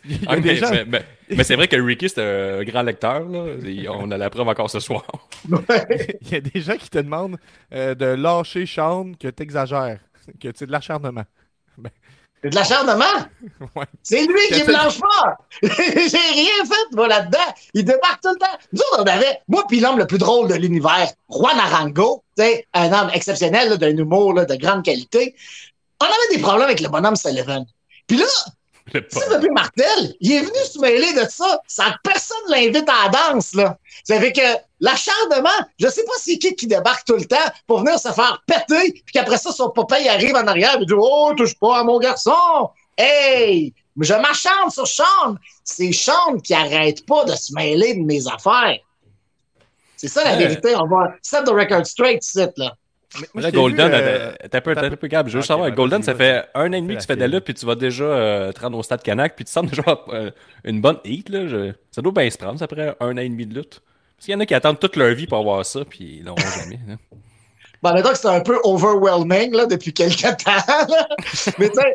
Mais c'est vrai que Ricky, c'est un grand lecteur. Là. On a la preuve encore ce soir. Il y a des gens qui te demandent de lâcher Sean que tu exagères, que tu es de l'acharnement. C'est de l'acharnement? Ouais. C'est lui qui me lâche pas! J'ai rien fait, moi, là-dedans. Il débarque tout le temps. Nous autres, on avait, moi puis l'homme le plus drôle de l'univers, Juan Arango, un homme exceptionnel, là, d'un humour là, de grande qualité. On avait des problèmes avec le bonhomme Sullivan. Puis là, Bébé Martel, il est venu se mêler de ça sans que personne l'invite à la danse, là. Ça fait que l'acharnement, je sais pas c'est qui débarque tout le temps pour venir se faire péter, puis qu'après ça, son papa, il arrive en arrière et dit « Oh, touche pas à mon garçon! Hey! Je m'acharne sur Sean! C'est Sean qui arrête pas de se mêler de mes affaires. » C'est ça, la vérité. On va set the record straight, ici, là. Mais là, Golden, t'as un peu Gab. Je veux savoir, Golden, ça fait 1 an et demi que tu fais de la lutte, puis tu vas déjà te rendre au stade Canac, puis tu sens déjà une bonne hit. Là. Ça doit bien se prendre, ça après 1 an et demi de lutte. Parce qu'il y en a qui attendent toute leur vie pour avoir ça, puis ils l'auront jamais. Hein. Bon, mettons que c'est un peu overwhelming là, depuis quelques temps. Là. Mais tu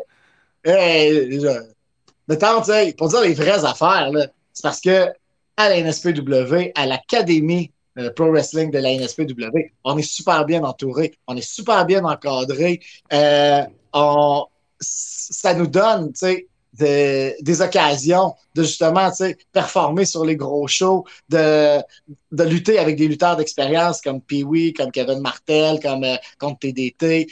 sais, mettons, tu sais, pour dire les vraies affaires, là, c'est parce que à la NSPW, à l'Académie Pro Wrestling de la NSPW, on est super bien entouré, on est super bien encadré. Ça nous donne, tu sais, des occasions de justement, tu sais, performer sur les gros shows, de lutter avec des lutteurs d'expérience comme Pee-Wee, comme Kevin Martel, comme contre TDT.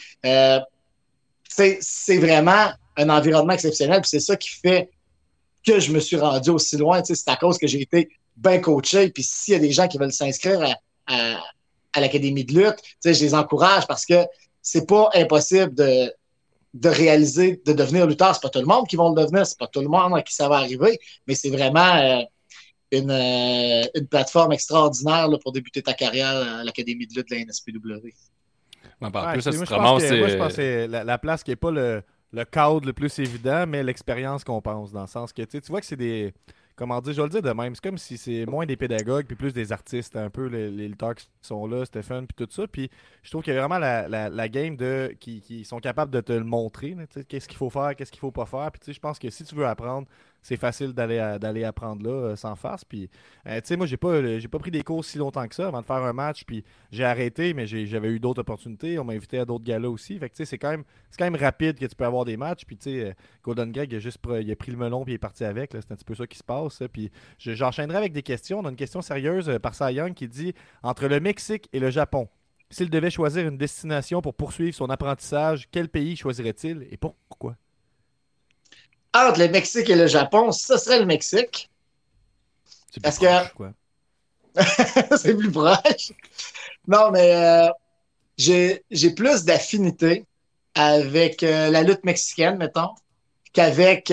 C'est vraiment un environnement exceptionnel, puis c'est ça qui fait que je me suis rendu aussi loin. Tu sais, c'est à cause que j'ai été bien coaché. Puis s'il y a des gens qui veulent s'inscrire à l'Académie de lutte, tu sais, je les encourage parce que c'est pas impossible de réaliser, de devenir lutteur. C'est pas tout le monde qui va le devenir, c'est pas tout le monde à qui ça va arriver, mais c'est vraiment une plateforme extraordinaire là, pour débuter ta carrière à l'Académie de lutte de la NSPW. En plus, ça, moi, je pense que c'est la place qui n'est pas le cadre le plus évident, mais l'expérience qu'on pense, dans le sens que tu vois que c'est des... Comment dire, je vais le dire de même, c'est comme si c'est moins des pédagogues puis plus des artistes, un peu les lutteurs qui sont là, Stephen puis tout ça, puis je trouve qu'il y a vraiment la game qui sont capables de te le montrer, qu'est-ce qu'il faut faire, qu'est-ce qu'il faut pas faire, puis je pense que si tu veux apprendre, c'est facile d'aller apprendre là sans farce, puis tu sais, moi j'ai pas pris des cours si longtemps que ça avant de faire un match, puis j'ai arrêté, mais j'avais eu d'autres opportunités, on m'a invité à d'autres galas aussi, fait que tu sais, c'est quand même rapide que tu peux avoir des matchs, puis tu sais, Golden Greg il a pris le melon puis il est parti avec, là, c'est un petit peu ça qui se passe, ça. Puis j'enchaînerai avec des questions. On a une question sérieuse par Cy Young qui dit entre le Mexique et le Japon, s'il devait choisir une destination pour poursuivre son apprentissage, quel pays choisirait-il et pourquoi? Entre le Mexique et le Japon, ce serait le Mexique. C'est parce proche, quoi. C'est plus proche. Non, mais j'ai plus d'affinité avec la lutte mexicaine, mettons, qu'avec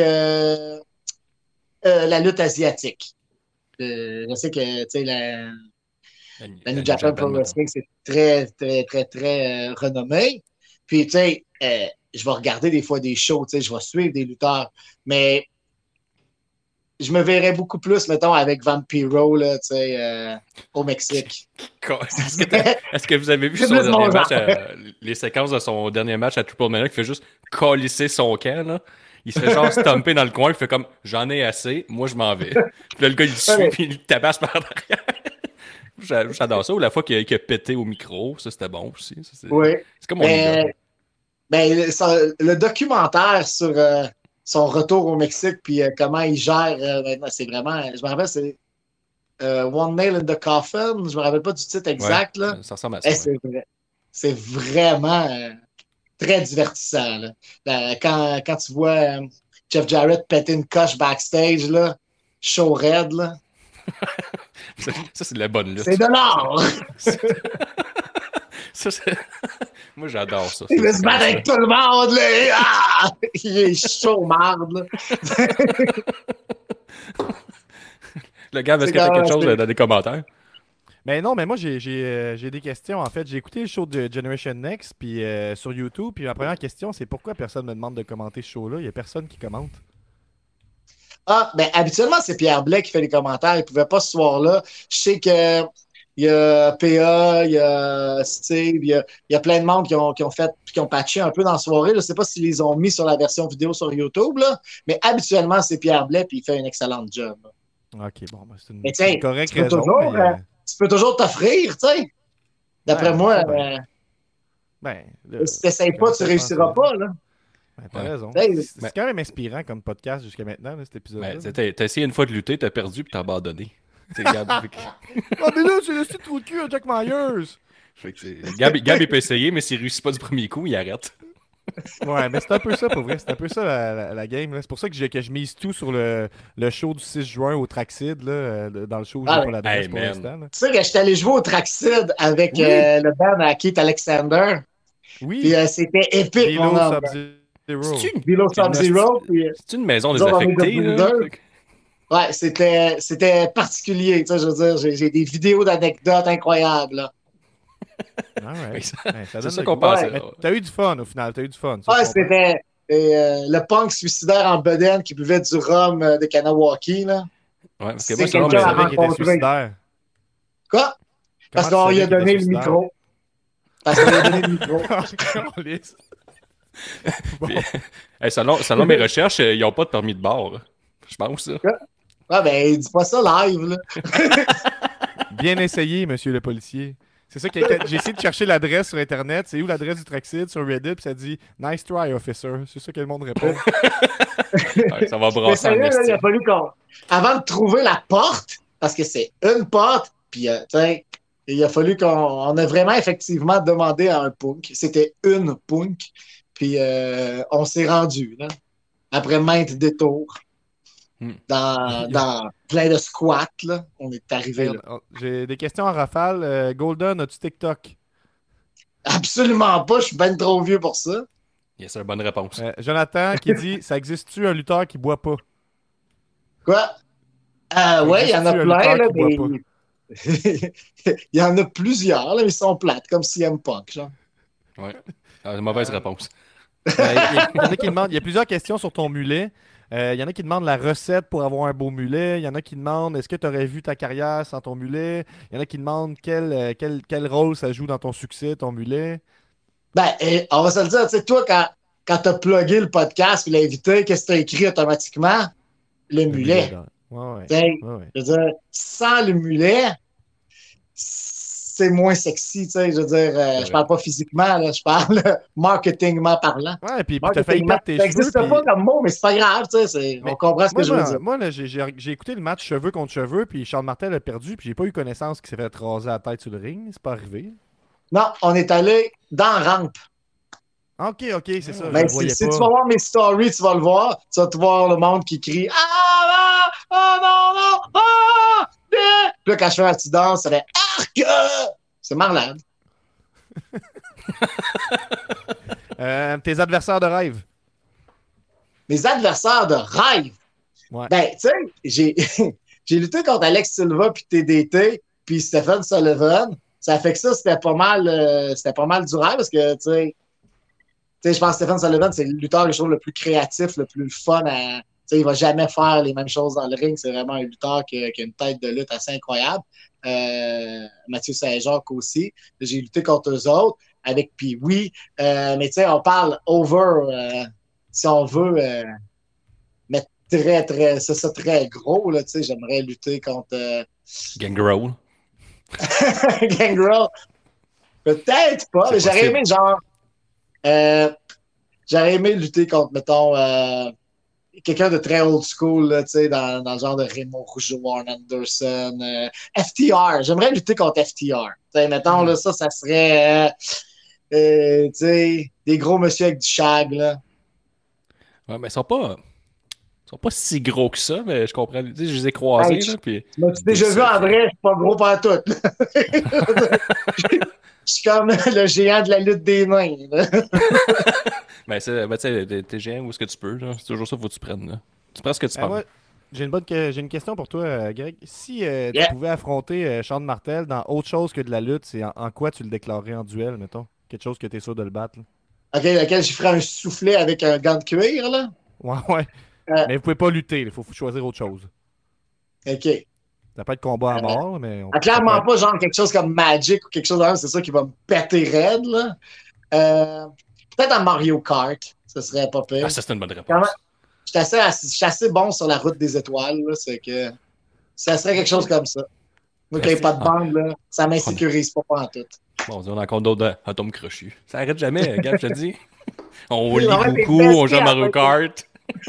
la lutte asiatique. Je sais que, tu sais, La New Japan Pro Wrestling, c'est très, très, très, très renommé. Puis, tu sais, je vais regarder des fois des shows, tu sais, je vais suivre des lutteurs, mais je me verrais beaucoup plus, mettons, avec Vampiro, là, tu sais, au Mexique. Est-ce que vous avez vu son dernier match, les séquences de son dernier match à Triple Mania qui fait juste colisser son camp, là? Il se fait genre stomper dans le coin, il fait comme j'en ai assez, moi je m'en vais. Puis là, le gars il suit, puis il le tabasse par derrière. J'adore ça. Ou la fois qu'il a pété au micro, ça c'était bon aussi. C'est comme mon idole. Le documentaire sur son retour au Mexique, puis comment il gère maintenant, c'est vraiment. Je me rappelle, c'est One Nail in the Coffin. Je me rappelle pas du titre exact. Là. Ça ressemble à ça. C'est vraiment très divertissant. Là. Quand tu vois Jeff Jarrett péter une coche backstage, là, show red, là. Ça, c'est de la bonne lutte. C'est de l'or! Moi, j'adore ça. Il veut se battre avec tout le monde, là! Ah! Il est chaud, marde, là! Le gars, est-ce que tu as quelque chose dans les commentaires? Mais non, mais moi, j'ai des questions. En fait, j'ai écouté le show de Generation Next puis, sur YouTube. Puis ma première question, c'est pourquoi personne me demande de commenter ce show-là? Il n'y a personne qui commente. Ah, ben habituellement, c'est Pierre Blais qui fait les commentaires. Il ne pouvait pas ce soir-là. Je sais que il y a PA, il y a Steve, il y a plein de monde qui ont patché un peu dans la soirée. Je ne sais pas s'ils les ont mis sur la version vidéo sur YouTube, là, mais habituellement, c'est Pierre Blais puis il fait un excellent job. Là. OK, bon, ben, c'est une correcte raison. Tu peux toujours t'offrir, tu sais. D'après moi, si tu n'essayes pas, tu ne réussiras pas, là. Ben, t'as raison. C'est quand même inspirant comme podcast jusqu'à maintenant, là, cet épisode-là. T'as essayé une fois de lutter, t'as perdu puis t'as abandonné. Mais là, c'est le style trou de cul à Jack Myers. Gab, il peut essayer, mais s'il réussit pas du premier coup, il arrête. Ouais, mais c'est un peu ça pour vrai. C'est un peu ça la game. Là. C'est pour ça que je mise tout sur le show du 6 juin au Traxid, là, dans le show où j'ai pas l'adresse pour l'instant. Tu sais que je suis allé jouer au Traxid avec le band à Keith Alexander. Oui. Puis c'était épique, mon homme. Below Sub-Zero. C'est une maison désaffectée, là. Ouais, c'était particulier. Tu sais, je veux dire, j'ai des vidéos d'anecdotes incroyables, là. C'est ça qu'on pensait. T'as eu du fun, au final. T'as eu du fun. Ouais, c'était le punk suicidaire en bedaine qui buvait du rhum de Kanawaki, là. Ouais, parce que moi, c'est quelqu'un savais qu'il était suicidaire. Quoi? Parce qu'on lui a donné le micro. Puis, selon mes recherches, ils n'ont pas de permis de bord. Je pense ça. Ah ben, dis pas ça live, là. Bien essayé, monsieur le policier. C'est ça, j'ai essayé de chercher l'adresse sur Internet. C'est où l'adresse du Traxid sur Reddit? Puis ça dit « Nice try, officer ». C'est ça que le monde répond. Ça va brasser en il a fallu avant de trouver la porte, parce que c'est une porte, puis il a fallu qu'on a vraiment effectivement demandé à un punk. C'était une punk. Puis on s'est rendu, là, après maintes détours. Dans plein de squats, là, on est arrivé là. J'ai des questions en rafale. Golden, as-tu TikTok? Absolument pas, je suis ben trop vieux pour ça. Yes, c'est une bonne réponse. Jonathan qui dit, ça existe-tu un lutteur qui boit pas? Quoi? Ouais, il y en a plein, là, mais... il y en a plusieurs, là, mais ils sont plates, comme CM Punk, genre. Ouais, une mauvaise réponse. Il y a plusieurs questions sur ton mulet. Il y en a qui demandent la recette pour avoir un beau mulet. Il y en a qui demandent est-ce que tu aurais vu ta carrière sans ton mulet. Il y en a qui demandent quel rôle ça joue dans ton succès, ton mulet. Ben, on va se le dire, tu sais, toi, quand tu as plugué le podcast et l'invité, qu'est-ce que tu as écrit automatiquement? Le mulet. Ouais. Je veux dire, sans le mulet, c'est moins sexy, tu sais, je veux dire, je parle pas physiquement, là, je parle marketingment parlant. Ouais, puis t'as failli perdre tes cheveux. Ça n'existe pas comme mot, mais c'est pas grave, tu sais, on comprend ce que je veux dire. Moi, là, j'ai écouté le match cheveux contre cheveux, puis Charles Martel a perdu, puis j'ai pas eu connaissance qu'il s'est fait raser la tête sur le ring, c'est pas arrivé. Non, on est allé dans rampe. OK, c'est ça. Ben, si tu vas voir mes stories, tu vas le voir, tu vas te voir le monde qui crie « Ah, non! Ah! » Puis là, quand je fais un petit danse, ça fait « Arc! » C'est malade. Tes adversaires de rêve. Mes adversaires de rêve? Ouais. Ben, tu sais, j'ai lutté contre Alex Silva puis TDT, puis Stephen Sullivan. Ça fait que ça, c'était pas mal du rêve parce que, tu sais, je pense que Stephen Sullivan, c'est le lutteur, je trouve, le plus créatif, le plus fun à. Tu sais, il va jamais faire les mêmes choses dans le ring. C'est vraiment un lutteur qui a une tête de lutte assez incroyable. Mathieu Saint-Jacques aussi. J'ai lutté contre eux autres avec Pee-Wee. Mais tu sais, on parle over, si on veut mettre très gros, là, tu sais, j'aimerais lutter contre Gangrel. Gangrel. Peut-être pas, mais j'aurais aimé genre j'aurais aimé lutter contre, mettons, quelqu'un de très old school, là, tu sais, dans le genre de Raymond Rougeau, Arn Anderson, FTR. J'aimerais lutter contre FTR. Tu sais, mettons, là, ça serait, tu sais, des gros monsieur avec du shag, là. Ouais, mais ils sont pas si gros que ça, mais je comprends. Tu sais, je les ai croisés, Hey, là, puis... Tu déjà vu en vrai, je suis pas gros par tout. Je suis comme le géant de la lutte des nains, là. Ben, tu sais, t'es géant où est-ce que tu peux, là. C'est toujours ça, faut que tu prennes, là. Tu prends ce que tu prends. Moi, j'ai une question pour toi, Greg. Si tu pouvais affronter Sean Martel dans autre chose que de la lutte, c'est en quoi tu le déclarerais en duel, mettons? Quelque chose que tu es sûr de le battre, là. OK, lequel je ferais un soufflet avec un gant de cuir, là? Ouais. Mais vous pouvez pas lutter, il faut choisir autre chose. OK. Ça peut être combat à mort, mais... Clairement pas genre quelque chose comme Magic ou quelque chose comme ça, c'est ça qui va me péter raide, là. Peut-être un Mario Kart, ce serait pas pire. Ah, ça, c'est une bonne réponse. Je suis assez bon sur la route des étoiles, là, c'est que ça serait quelque chose comme ça. Moi, qu'il n'y ait pas de bande, là, ça m'insécurise pas en tout. Bon, on a encore d'autres atomes crochus. Ça arrête jamais, Gab, je te dis. On lit Ouais, beaucoup, on joue à Mario Kart.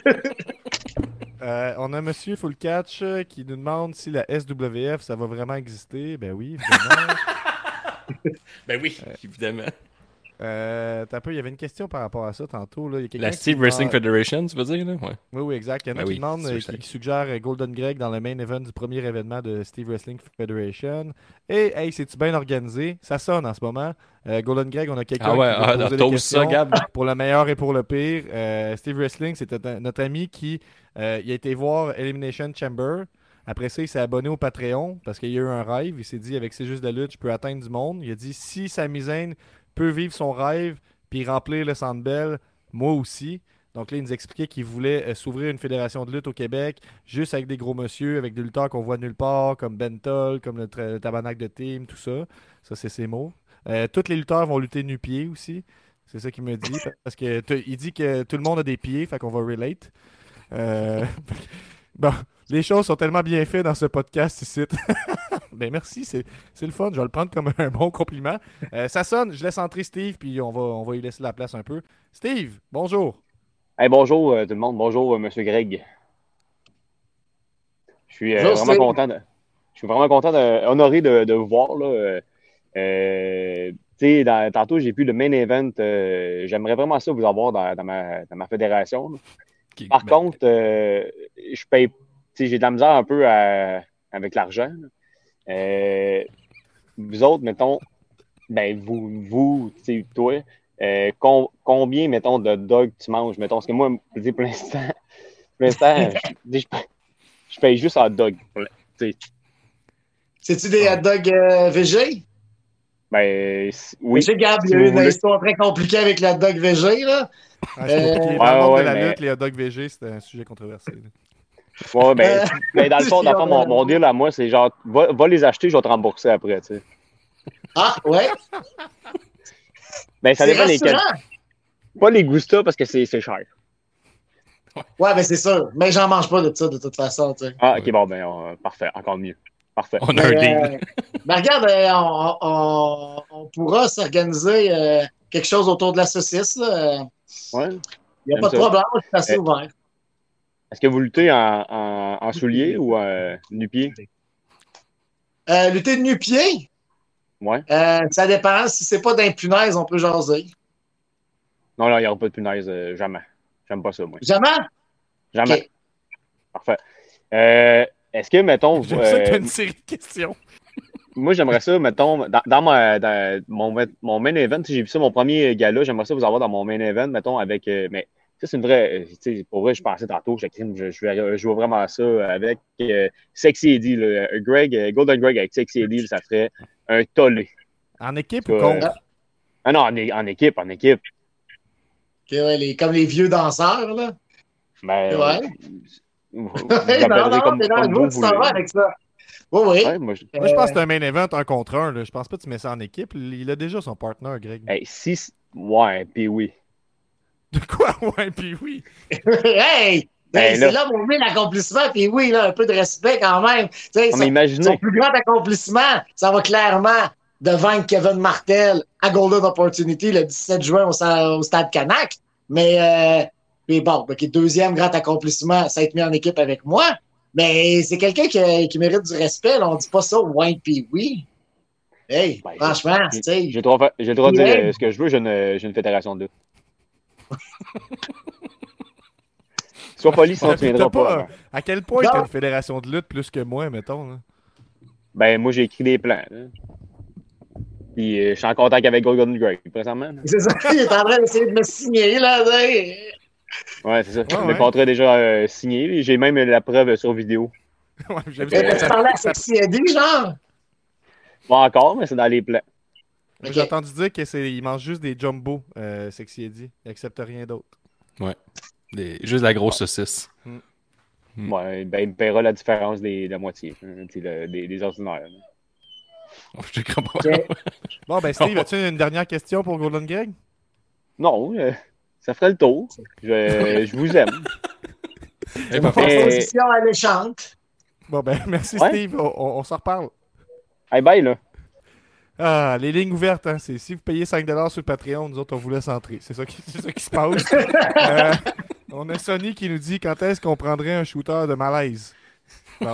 On a Monsieur Full Catch qui nous demande si la SWF, ça va vraiment exister. Ben oui, évidemment. Ben oui, évidemment. T'as peu, il y avait une question par rapport à ça tantôt. Là. Il y a quelqu'un La qui Steve demande- Wrestling Federation, tu veux dire, là? Ouais. Oui, exact. Il y en a Ben qui oui, demandent, c'est qui suggèrent Golden Greg dans le main event du premier événement de Steve Wrestling Federation. Et, hey, c'est-tu bien organisé? Ça sonne en ce moment. Golden Greg, on a quelqu'un Ah ouais, qui veut poser des t'oses ça, questions Gab? pour le meilleur et pour le pire. Steve Wrestling, c'était notre ami qui il a été voir Elimination Chamber. Après ça, il s'est abonné au Patreon parce qu'il y a eu un rêve. Il s'est dit, avec C'est juste de la lutte, je peux atteindre du monde. Il a dit, si Sami Zayn peut vivre son rêve puis remplir le Centre Bell, moi aussi. Donc là, il nous expliquait qu'il voulait s'ouvrir une fédération de lutte au Québec, juste avec des gros monsieur, avec des lutteurs qu'on voit nulle part, comme Bentol, comme le Tabarnak de Team, tout ça. Ça, c'est ses mots. Tous les lutteurs vont lutter nu-pieds aussi. C'est ça qu'il me dit. Parce que il dit que tout le monde a des pieds, fait qu'on va relate. Bon, les choses sont tellement bien faites dans ce podcast ici. Ben merci, c'est le fun. Je vais le prendre comme un bon compliment. Ça sonne, je laisse entrer Steve, puis on va y laisser la place un peu. Steve, bonjour. Hey, bonjour tout le monde. Bonjour, Monsieur Greg. Je suis vraiment content honoré de vous voir, là. Tantôt, j'ai pu le main event. J'aimerais vraiment ça vous avoir dans ma fédération. Okay, par contre, je paye. J'ai de la misère un peu avec l'argent. Vous autres, mettons, ben vous, toi, combien, mettons, de dogs tu manges, mettons? Parce que moi, je dis pour l'instant, je paye juste en dog. C'est-tu des hot dogs VG? Ben, oui. Je sais, Gab, il y a eu une histoire très compliquée avec le hot dog VG, là. Dans le monde de la lutte, les hot dogs VG, c'était un sujet controversé. Ouais, ben, dans le fond, mon deal à moi, c'est genre, va les acheter, je vais te rembourser après, tu sais. Ah, ouais? Ben, ça dépend lesquels. Pas les Gusta parce que c'est cher. Ouais, ben, c'est sûr. Mais j'en mange pas de ça, de toute façon, tu sais. Ah, ok, bon, ben, parfait, encore mieux. Parfait. On a un deal. Ben, regarde, on pourra s'organiser quelque chose autour de la saucisse, là. Ouais. Il n'y a pas de problème, je suis assez ouvert. Est-ce que vous luttez en souliers ou nu-pieds? Lutter de nu-pieds? Ouais. Ça dépend. Si c'est pas d'un punaise, on peut jaser. Non, il n'y aura pas de punaise, jamais. J'aime pas ça, moi. Jamais? Jamais. Okay. Parfait. Est-ce que, mettons... J'aime ça que tu as une série de questions. Moi, j'aimerais ça, mettons, dans mon main event, j'ai vu ça, mon premier gala, j'aimerais ça vous avoir dans mon main event, mettons, avec... mais Ça, c'est une vraie. Pour vrai, je pensais tantôt, je vois vraiment ça avec Sexy Eddie. Golden Greg avec Sexy Eddie, ça ferait un tollé. En équipe ou contre? Ah non, en équipe. Okay, ouais, comme les vieux danseurs, là. Ben, ouais. Vous non, l'appellerez comme je vois que tu t'en vas avec ça. Oui. Ouais, moi, je pense que c'est un main event, un contre un. Là. Je pense pas que tu mets ça en équipe. Il a déjà son partner, Greg. Hey, ouais, puis oui. De quoi? Ouais, puis oui. Hey! C'est là mon l'accomplissement, puis oui, là, un peu de respect quand même. Son plus grand accomplississement, ça va clairement de vaincre Kevin Martel à Golden Opportunity le 17 juin au Stade Canac. Mais bon, deuxième grand accomplissement, ça a été mis en équipe avec moi. Mais c'est quelqu'un qui mérite du respect. Là. On dit pas ça, ouais, puis oui. Hey, franchement, tu sais. J'ai le droit de dire ce que je veux, j'ai une fédération de lutte. Sois poli, sinon tu viendras pas. À quel point tu as une fédération de lutte plus que moi, mettons? Là? Ben, moi, j'ai écrit des plans. Là. Puis, je suis en contact avec Golden Greg, présentement. Là. C'est ça, il est en train d'essayer de me signer, là. Ouais, c'est ça. Mes contrats déjà signés. J'ai même la preuve sur vidéo. Ouais, tu parlais à Sexy Eddie, genre? Pas encore, mais c'est dans les plans. Okay. J'ai entendu dire qu'il mange juste des jumbo, Sexy Eddie. Il n'accepte rien d'autre. Ouais. Juste la grosse saucisse. Ouais, ben, il me paiera la différence de la moitié. Des ordinaires. Je comprends pas. Okay. Bon, ben Steve, as-tu une dernière question pour Golden Greg? Non, ça ferait le tour. Je vous aime. C'est une proposition alléchante. Bon, ben merci Steve, on s'en reparle. Hey, bye, là. Ah, les lignes ouvertes, hein, c'est si vous payez 5$ sur le Patreon, nous autres, on vous laisse entrer. C'est ça qui se passe. On a Sonny qui nous dit quand est-ce qu'on prendrait un shooter de malaise. Bon.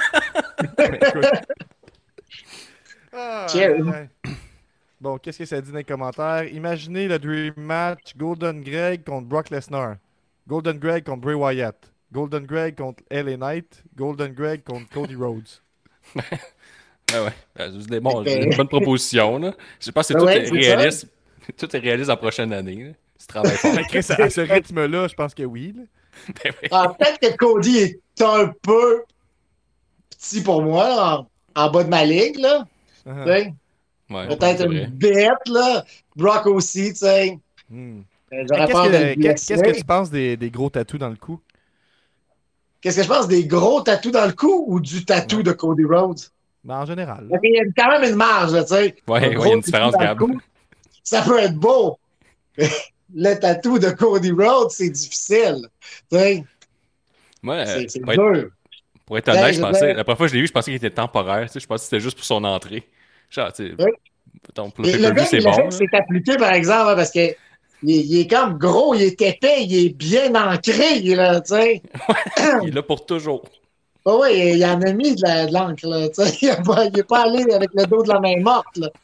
Bon, qu'est-ce que ça dit dans les commentaires? Imaginez le Dream Match Golden Greg contre Brock Lesnar. Golden Greg contre Bray Wyatt. Golden Greg contre LA Knight. Golden Greg contre Cody Rhodes. Ouais. C'est une bonne proposition. Là. Je pense que tout est réaliste. Tout est réaliste en prochaine année. Là. Tu travailles fort. Chris, à ce rythme-là, je pense que oui. Là. Peut-être que Cody est un peu petit pour moi, en bas de ma ligue. Là. Ouais, peut-être une bête. Là. Brock aussi, tu sais. Qu'est-ce que tu penses des gros tatous dans le cou? Qu'est-ce que je pense des gros tatous dans le cou ou du tatou de Cody Rhodes? Ben, en général. Il y a quand même une marge, tu sais. Ouais, il y a une différence, Gab. Ça peut être beau. Le tatou de Cody Rhodes, c'est difficile. Tu sais. Ouais, c'est dur. Pour être honnête, la première fois que je l'ai vu, je pensais qu'il était temporaire. Tu sais, je pensais que c'était juste pour son entrée. Genre, tu sais, le gars, c'est bon. C'est appliqué, par exemple, hein, parce que il est comme gros, il est épais, il est bien ancré, là, tu sais. Il est là pour toujours. Oui, il en a mis de l'encre, là, tu sais. Il n'est pas allé avec le dos de la main morte, là.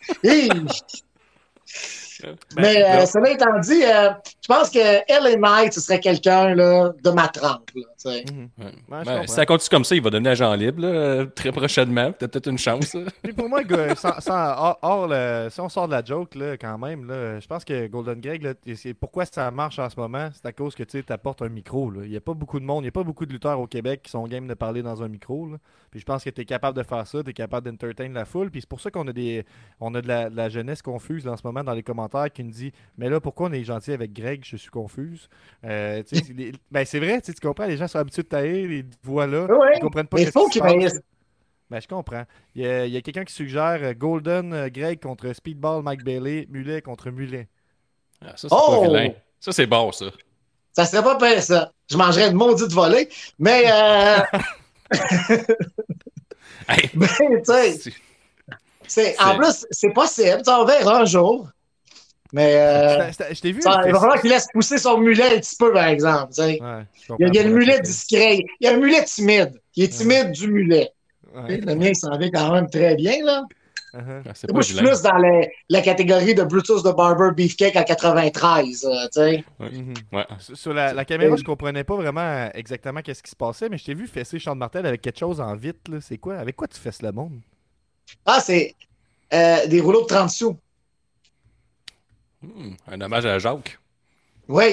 Mais cela étant dit, je pense que LA Knight, ce serait quelqu'un là, de ma trempe. Là, si ça continue comme ça, il va devenir agent libre là, très prochainement. T'as peut-être une chance. Et pour moi, si on sort de la joke là, quand même, là, je pense que Golden Greg, là, pourquoi ça marche en ce moment, c'est à cause que tu apportes un micro. Là. Il n'y a pas beaucoup de monde, il n'y a pas beaucoup de lutteurs au Québec qui sont game de parler dans un micro. Là. Puis je pense que tu es capable de faire ça, tu es capable d'entertain la foule. Puis c'est pour ça qu'on a de la jeunesse confuse là, en ce moment dans les commentaires qui nous dit mais là pourquoi on est gentil avec Greg, je suis confuse. Ben c'est vrai, tu comprends, les gens sont habitués de tailler les voix là, ils comprennent pas ce qui se passe. Ben je comprends. Il y a quelqu'un qui suggère Golden Greg contre Speedball Mike Bailey, Mulet contre Mulet. Ah, ça c'est pas vilain. Ça c'est bon ça. Ça serait pas pire ça. Je mangerais une maudite volée, mais hey. Ben tu sais. En plus, c'est possible. On verra un jour. Mais je t'ai vu. Il va falloir qu'il laisse pousser son mulet un petit peu, par exemple. Il y a le mulet discret. Il y a un mulet timide. Il est timide du mulet. Le mien, il s'en vient quand même très bien. Là. Moi, je suis plus dans la catégorie de Brutus the Barber Beefcake en 93. Sur la caméra, je comprenais pas vraiment exactement qu'est-ce qui se passait, mais je t'ai vu fesser Sean Martel avec quelque chose en vite. C'est quoi? Avec quoi tu fesses le monde? Ah, c'est des rouleaux de 30 sous. Un hommage à Jacques. Oui.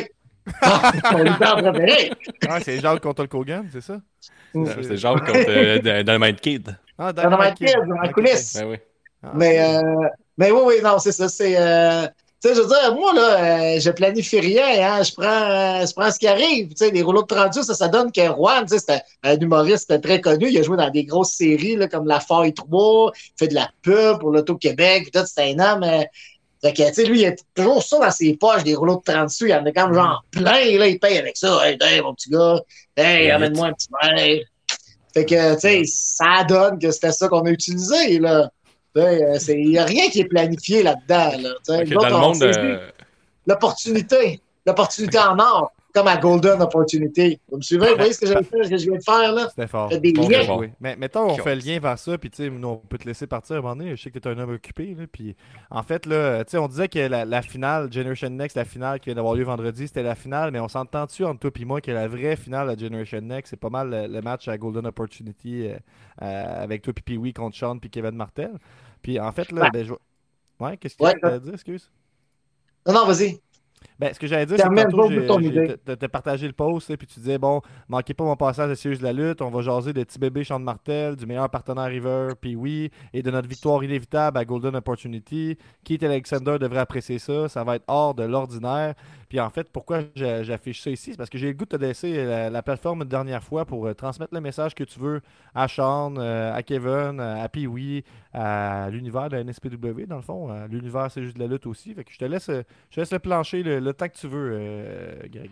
Mon lutteur préféré. Ah, c'est Jacques contre Hulk Hogan, c'est ça? C'est genre contre Dynamite Kid. Ah, Dynamite Kid, dans la Ok, coulisse. Ben oui. Ah, Mais oui, non, c'est ça. C'est, tu sais, je veux dire, moi, là, je planifie rien. Hein, je prends ce qui arrive. Tu sais, les rouleaux de 38, ça donne que Juan, tu sais, c'était un humoriste très connu. Il a joué dans des grosses séries là, comme La Faille 3. Il fait de la pub pour l'Auto-Québec. Tout, c'était un homme. Fait que, tu sais, lui, il a toujours ça dans ses poches, des rouleaux de 30 sous. Il en a quand même genre plein, là. Il paye avec ça. Hey, mon petit gars. Hey, amène-moi un petit verre. Fait que, tu sais, ça donne que c'était ça qu'on a utilisé, là. Il n'y a rien qui est planifié là-dedans. Là. Okay, dans le monde. L'opportunité en or, comme à Golden Opportunity. Vous me suivez? Vous voyez ce que je viens de faire là? C'était fort. Des liens. Oui. Mais mettons, on fait le lien vers ça, puis tu sais, on peut te laisser partir à un moment donné. Je sais que tu es un homme occupé. Là, puis en fait, là, tu sais, on disait que la finale, Generation Next, la finale qui vient d'avoir lieu vendredi, c'était la finale, mais on s'entend-tu entre toi et moi que la vraie finale de Generation Next, c'est pas mal le match à Golden Opportunity avec toi et Pee-Wee contre Sean puis Kevin Martel. Puis en fait, là, ouais, qu'est-ce que tu as dit, excuse? Non, vas-y. Ben, ce que j'allais dire, c'est que tantôt, t'as partagé le post, puis tu disais, bon, manquez pas mon passage à Sirius de la lutte, on va jaser de Petit Bébé Sean Martel, du meilleur partenaire River, puis oui, et de notre victoire inévitable à Golden Opportunity. Keith Alexander devrait apprécier ça, ça va être hors de l'ordinaire. Puis en fait, pourquoi j'affiche ça ici? C'est parce que j'ai le goût de te laisser la plateforme une dernière fois pour transmettre le message que tu veux à Sean, à Kevin, à Pee-Wee, à l'univers de la NSPW, dans le fond, à l'univers C'est juste de la lutte aussi. Fait que je te laisse le plancher le temps que tu veux, Greg.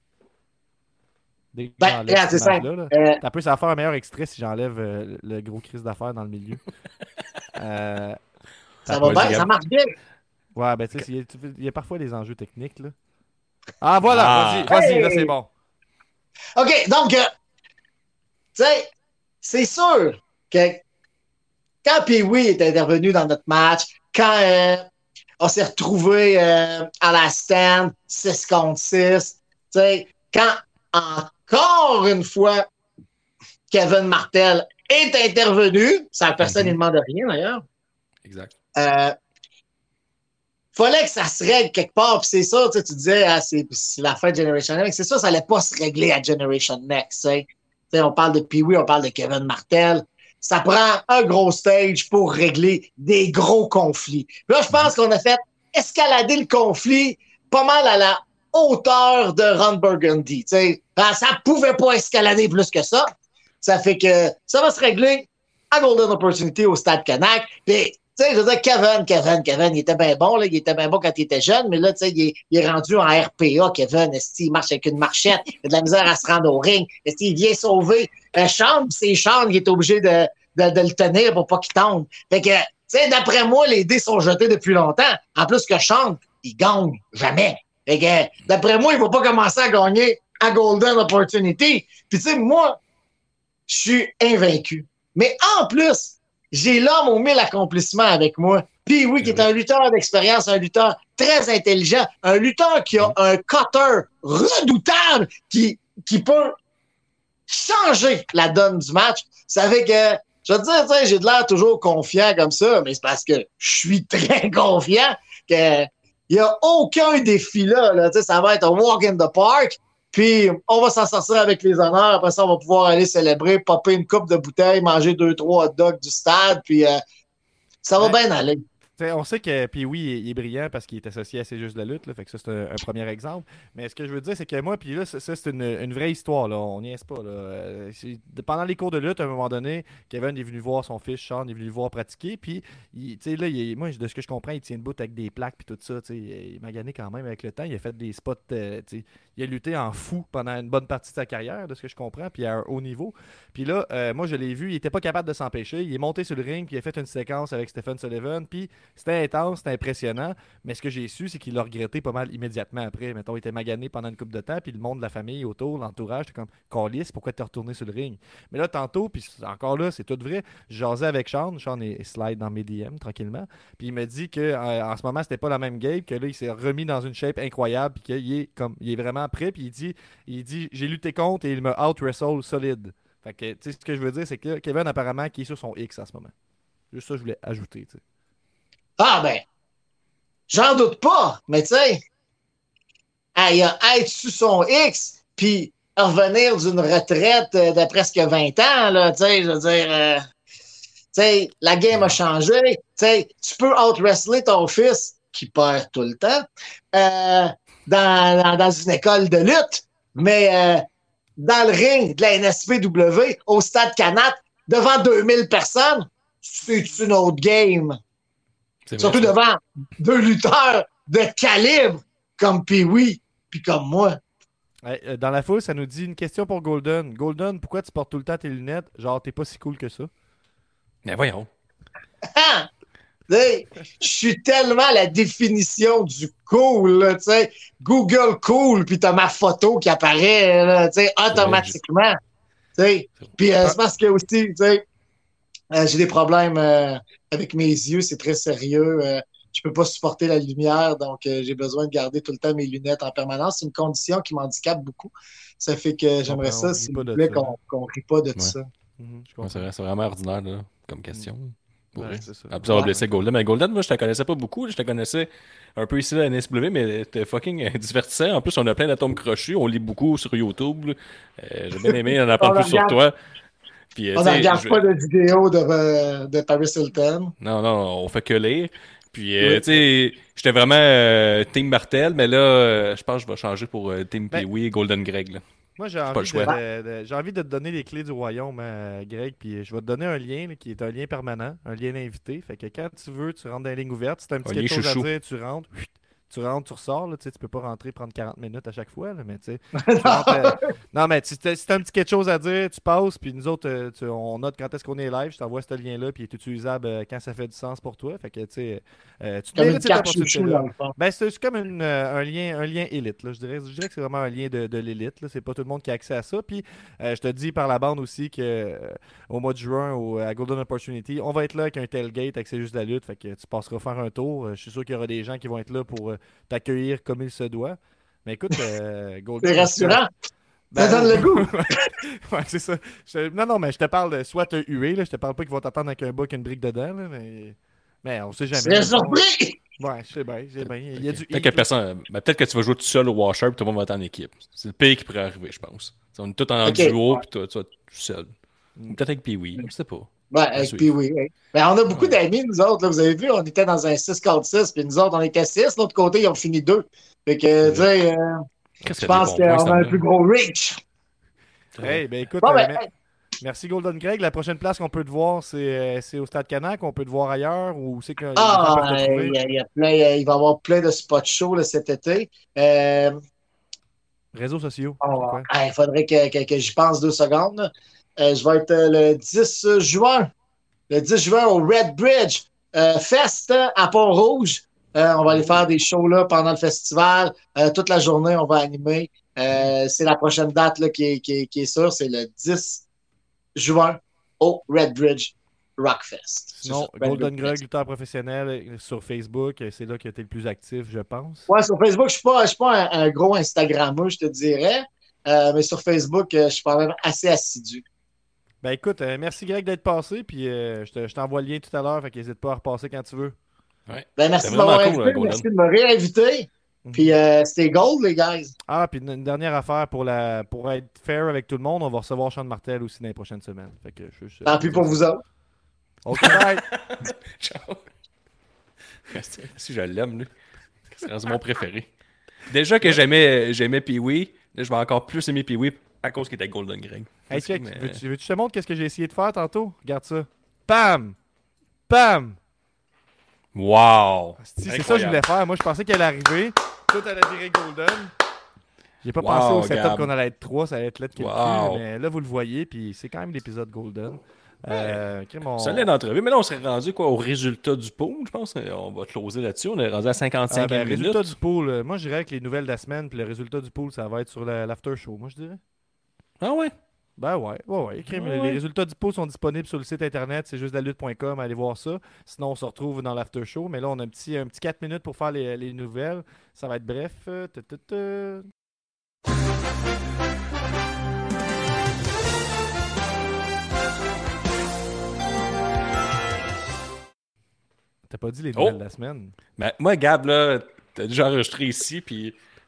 C'est ça. T'as pu ça va faire un meilleur extrait si j'enlève le gros crise d'affaires dans le milieu. Ça va bien, ça marche bien. Ouais, ben tu sais, il y a parfois des enjeux techniques, là. Ah, voilà, vas-y, là, c'est bon. OK, donc, tu sais, c'est sûr que quand Pee-Wee est intervenu dans notre match, quand on s'est retrouvé à la stand 6 contre 6, tu sais, quand encore une fois Kevin Martel est intervenu, ça personne ne demande rien d'ailleurs. Exact. Fallait que ça se règle quelque part, puis c'est ça, tu disais, c'est la fin de Generation Next, c'est ça, ça allait pas se régler à Generation Next, tu sais. On parle de Pee-Wee, on parle de Kevin Martel, ça prend un gros stage pour régler des gros conflits. Puis là, je pense qu'on a fait escalader le conflit pas mal à la hauteur de Ron Burgundy, tu sais. Ça pouvait pas escalader plus que ça. Ça fait que ça va se régler à Golden Opportunity au Stade Canac, puis tu sais, je veux dire, Kevin, il était bien bon, là, il était bien bon quand il était jeune, mais là, tu sais, il est rendu en RPA, Kevin, il marche avec une marchette, il a de la misère à se rendre au ring, il vient sauver Sean, c'est Sean qui est obligé de le tenir pour pas qu'il tombe. Fait que, tu sais, d'après moi, les dés sont jetés depuis longtemps. En plus que Sean, il gagne jamais. Fait que, d'après moi, il va pas commencer à gagner à Golden Opportunity. Puis tu sais, moi, je suis invaincu. Mais en plus, j'ai l'homme aux 1000 accomplissements avec moi. Puis oui, qui est un lutteur d'expérience, un lutteur très intelligent, un lutteur qui a un cutter redoutable qui peut changer la donne du match. Ça fait que, je veux te dire, j'ai de l'air toujours confiant comme ça, mais c'est parce que je suis très confiant qu'il n'y a aucun défi là. Ça va être un walk in the park. Puis, on va s'en sortir avec les honneurs. Après ça, on va pouvoir aller célébrer, popper une coupe de bouteilles, manger 2-3 hot dogs du stade. Puis, ça va bien aller. On sait que Pee-Wee il est brillant parce qu'il est associé à C'est juste la lutte. Là, fait que ça, c'est un premier exemple. Mais ce que je veux dire, c'est que moi, puis là, ça, c'est une vraie histoire. Là, on n'y est pas. Là. Pendant les cours de lutte, à un moment donné, Kevin est venu voir son fils, Sean, est venu le voir pratiquer. Puis, là, moi, de ce que je comprends, il tient debout avec des plaques puis tout ça. Il est magané quand même avec le temps. Il a fait des spots. Il a lutté en fou pendant une bonne partie de sa carrière, de ce que je comprends, puis à un haut niveau. Puis là, moi, je l'ai vu, il était pas capable de s'empêcher. Il est monté sur le ring, puis il a fait une séquence avec Stephen Sullivan. Puis, c'était intense, c'était impressionnant, mais ce que j'ai su, c'est qu'il l'a regretté pas mal immédiatement après. Mettons, il était magané pendant une couple de temps, puis le monde de la famille autour, l'entourage, c'était comme Calisse, pourquoi t'es retourné sur le ring? Mais là, tantôt, puis encore là, c'est tout vrai, je jasais avec Sean est slide dans mes DM tranquillement, puis il me dit que en ce moment, c'était pas la même game, que là, il s'est remis dans une shape incroyable, puis qu'il est vraiment prêt, puis il dit j'ai lutté contre et il me out-wrestle solide. Fait que, tu sais, ce que je veux dire, c'est que Kevin, apparemment, qui est sur son X en ce moment. Juste ça, je voulais ajouter, tu sais. Ah ben, j'en doute pas, mais tu sais, à être sous son X, puis revenir d'une retraite de presque 20 ans, là, tu sais, je veux dire, tu sais, la game a changé, tu sais, tu peux out-wrestler ton fils, qui perd tout le temps, dans une école de lutte, mais dans le ring de la NSPW, au Stade Canat, devant 2000 personnes, c'est une autre game. Surtout devant 2 lutteurs de calibre comme Pee-Wee puis comme moi. Dans la foule, ça nous dit une question pour Golden. Golden, pourquoi tu portes tout le temps tes lunettes? Genre, t'es pas si cool que ça. Mais voyons. Je suis tellement la définition du cool. Tu sais, Google cool, puis t'as ma photo qui apparaît là, automatiquement. Puis c'est parce que aussi, j'ai des problèmes avec mes yeux, c'est très sérieux. Je peux pas supporter la lumière, donc j'ai besoin de garder tout le temps mes lunettes en permanence. C'est une condition qui m'handicape beaucoup. Ça fait que j'aimerais ça, s'il vous plaît, qu'on rit pas de tout ça. C'est vraiment ordinaire là, comme question. C'est ça. Après, ça va blesser Golden. Mais Golden, moi, je te connaissais pas beaucoup. Je te connaissais un peu ici à la NSW, mais t'es fucking divertissant. En plus, on a plein d'atomes crochus. On lit beaucoup sur YouTube. J'ai bien aimé en apprendre plus sur toi. Puis, on ne regarde pas de vidéos de Paris Hilton. Non, on fait que lire. Puis, tu sais, j'étais vraiment Team Martel, mais là, je pense que je vais changer pour Team Pee-Wee et Golden Greg. Là. Moi, j'ai envie de te donner les clés du royaume, Greg, puis je vais te donner un lien là, qui est un lien permanent, un lien invité. Fait que quand tu veux, tu rentres dans les lignes ouvertes. Si tu as un petit quelque chose à dire, tu rentres, tu ressors. Là, tu peux pas rentrer prendre 40 minutes à chaque fois. Là, mais tu rentres, non, mais si tu as un petit quelque chose à dire, tu passes. Puis nous autres, on note quand est-ce qu'on est live. Je t'envoie ce lien-là. Puis il est utilisable quand ça fait du sens pour toi. Fait que tu te mérites cette opportunité-là. Ben, c'est comme un lien élite. Là. Je dirais que c'est vraiment un lien de l'élite. Là. C'est pas tout le monde qui a accès à ça. Puis je te dis par la bande aussi qu'au mois de juin, à Golden Opportunity, on va être là avec un tailgate avec C'est juste la lutte. Fait que tu passeras faire un tour. Je suis sûr qu'il y aura des gens qui vont être là pour t'accueillir comme il se doit. Mais écoute, Golden... C'est rassurant. Ça donne le goût. Ouais, c'est ça. Non, mais je te parle de soit t'as hué, là, je te parle pas qu'ils vont t'attendre avec un bas une brique dedans, là, mais on sait jamais. C'est surpris! Ouais, je sais bien. Il y a du peut-être que tu vas jouer tout seul au washer et tout le monde va être en équipe. C'est le pire qui pourrait arriver, je pense. On est tous en duo puis toi, tu vas être tout seul. Peut-être avec Pee-Wee, je sais pas. Ouais, avec Pee-Wee. Ouais. Ben, on a beaucoup d'amis, nous autres. Là, vous avez vu, on était dans un 6 contre 6, puis nous autres, on était 6. L'autre côté, ils ont fini 2. Fait que, tu sais, je pense qu'on a un plus gros reach. Hey, ben écoute, merci Golden Greg. La prochaine place qu'on peut te voir, c'est au Stade Canac. On peut te voir ailleurs ou c'est que il va y avoir plein de spots shows là, cet été. Réseaux sociaux. Il faudrait que j'y pense 2 secondes. Je vais être le 10 juin. Le 10 juin au Red Bridge Fest à Pont-Rouge. On va aller faire des shows là pendant le festival. Toute la journée, on va animer. C'est la prochaine date là, qui est sûre. C'est le 10 juin au Red Bridge Rockfest. Sinon, Golden Greg, lutteur professionnel sur Facebook, c'est là que tu es le plus actif, je pense. Ouais, sur Facebook, je suis pas un gros Instagrammeur, je te dirais. Mais sur Facebook, je suis quand même assez assidu. Ben écoute, merci Greg d'être passé, puis je t'envoie le lien tout à l'heure, fait qu'hésite pas à repasser quand tu veux. Ouais. Ben merci de m'avoir invité, merci de me réinviter. Puis c'était gold, les guys. Ah, puis une dernière affaire pour être fair avec tout le monde, on va recevoir Sean Martel aussi dans les prochaines semaines. Fait que tant pis pour vous autres. OK, bye. Ciao. Si je l'aime, lui. C'est mon préféré. Déjà que j'aimais Pee-Wee, là, je vais encore plus aimer Pee-Wee à cause qu'il était Golden Greg. Hey, check, veux-tu que je te montre qu'est-ce que j'ai essayé de faire tantôt? Regarde ça. Pam! Pam! Wow! C'est ça que je voulais faire. Moi, je pensais qu'elle allait arriver. Tout allait virer Golden. J'ai pas pensé au setup qu'on allait être 3, ça allait être là de quelqu'un. Mais là, vous le voyez, puis c'est quand même l'épisode Golden. Ça l'est d'entrevue, mais là on serait rendu au résultat du pool, je pense. On va closer là-dessus. On est rendu à 55 minutes. Le résultat du pool, moi je dirais que les nouvelles de la semaine, puis le résultat du pool, ça va être sur l'after show, moi je dirais. Ah ouais? Ben ouais. Les résultats du pool sont disponibles sur le site internet, c'est juste lalutte.com, allez voir ça. Sinon on se retrouve dans l'after show, mais là on a un petit 4 minutes pour faire les nouvelles. Ça va être bref. T'as pas dit les nouvelles de la semaine? Ben, moi, Gab, là, t'as déjà enregistré ici, puis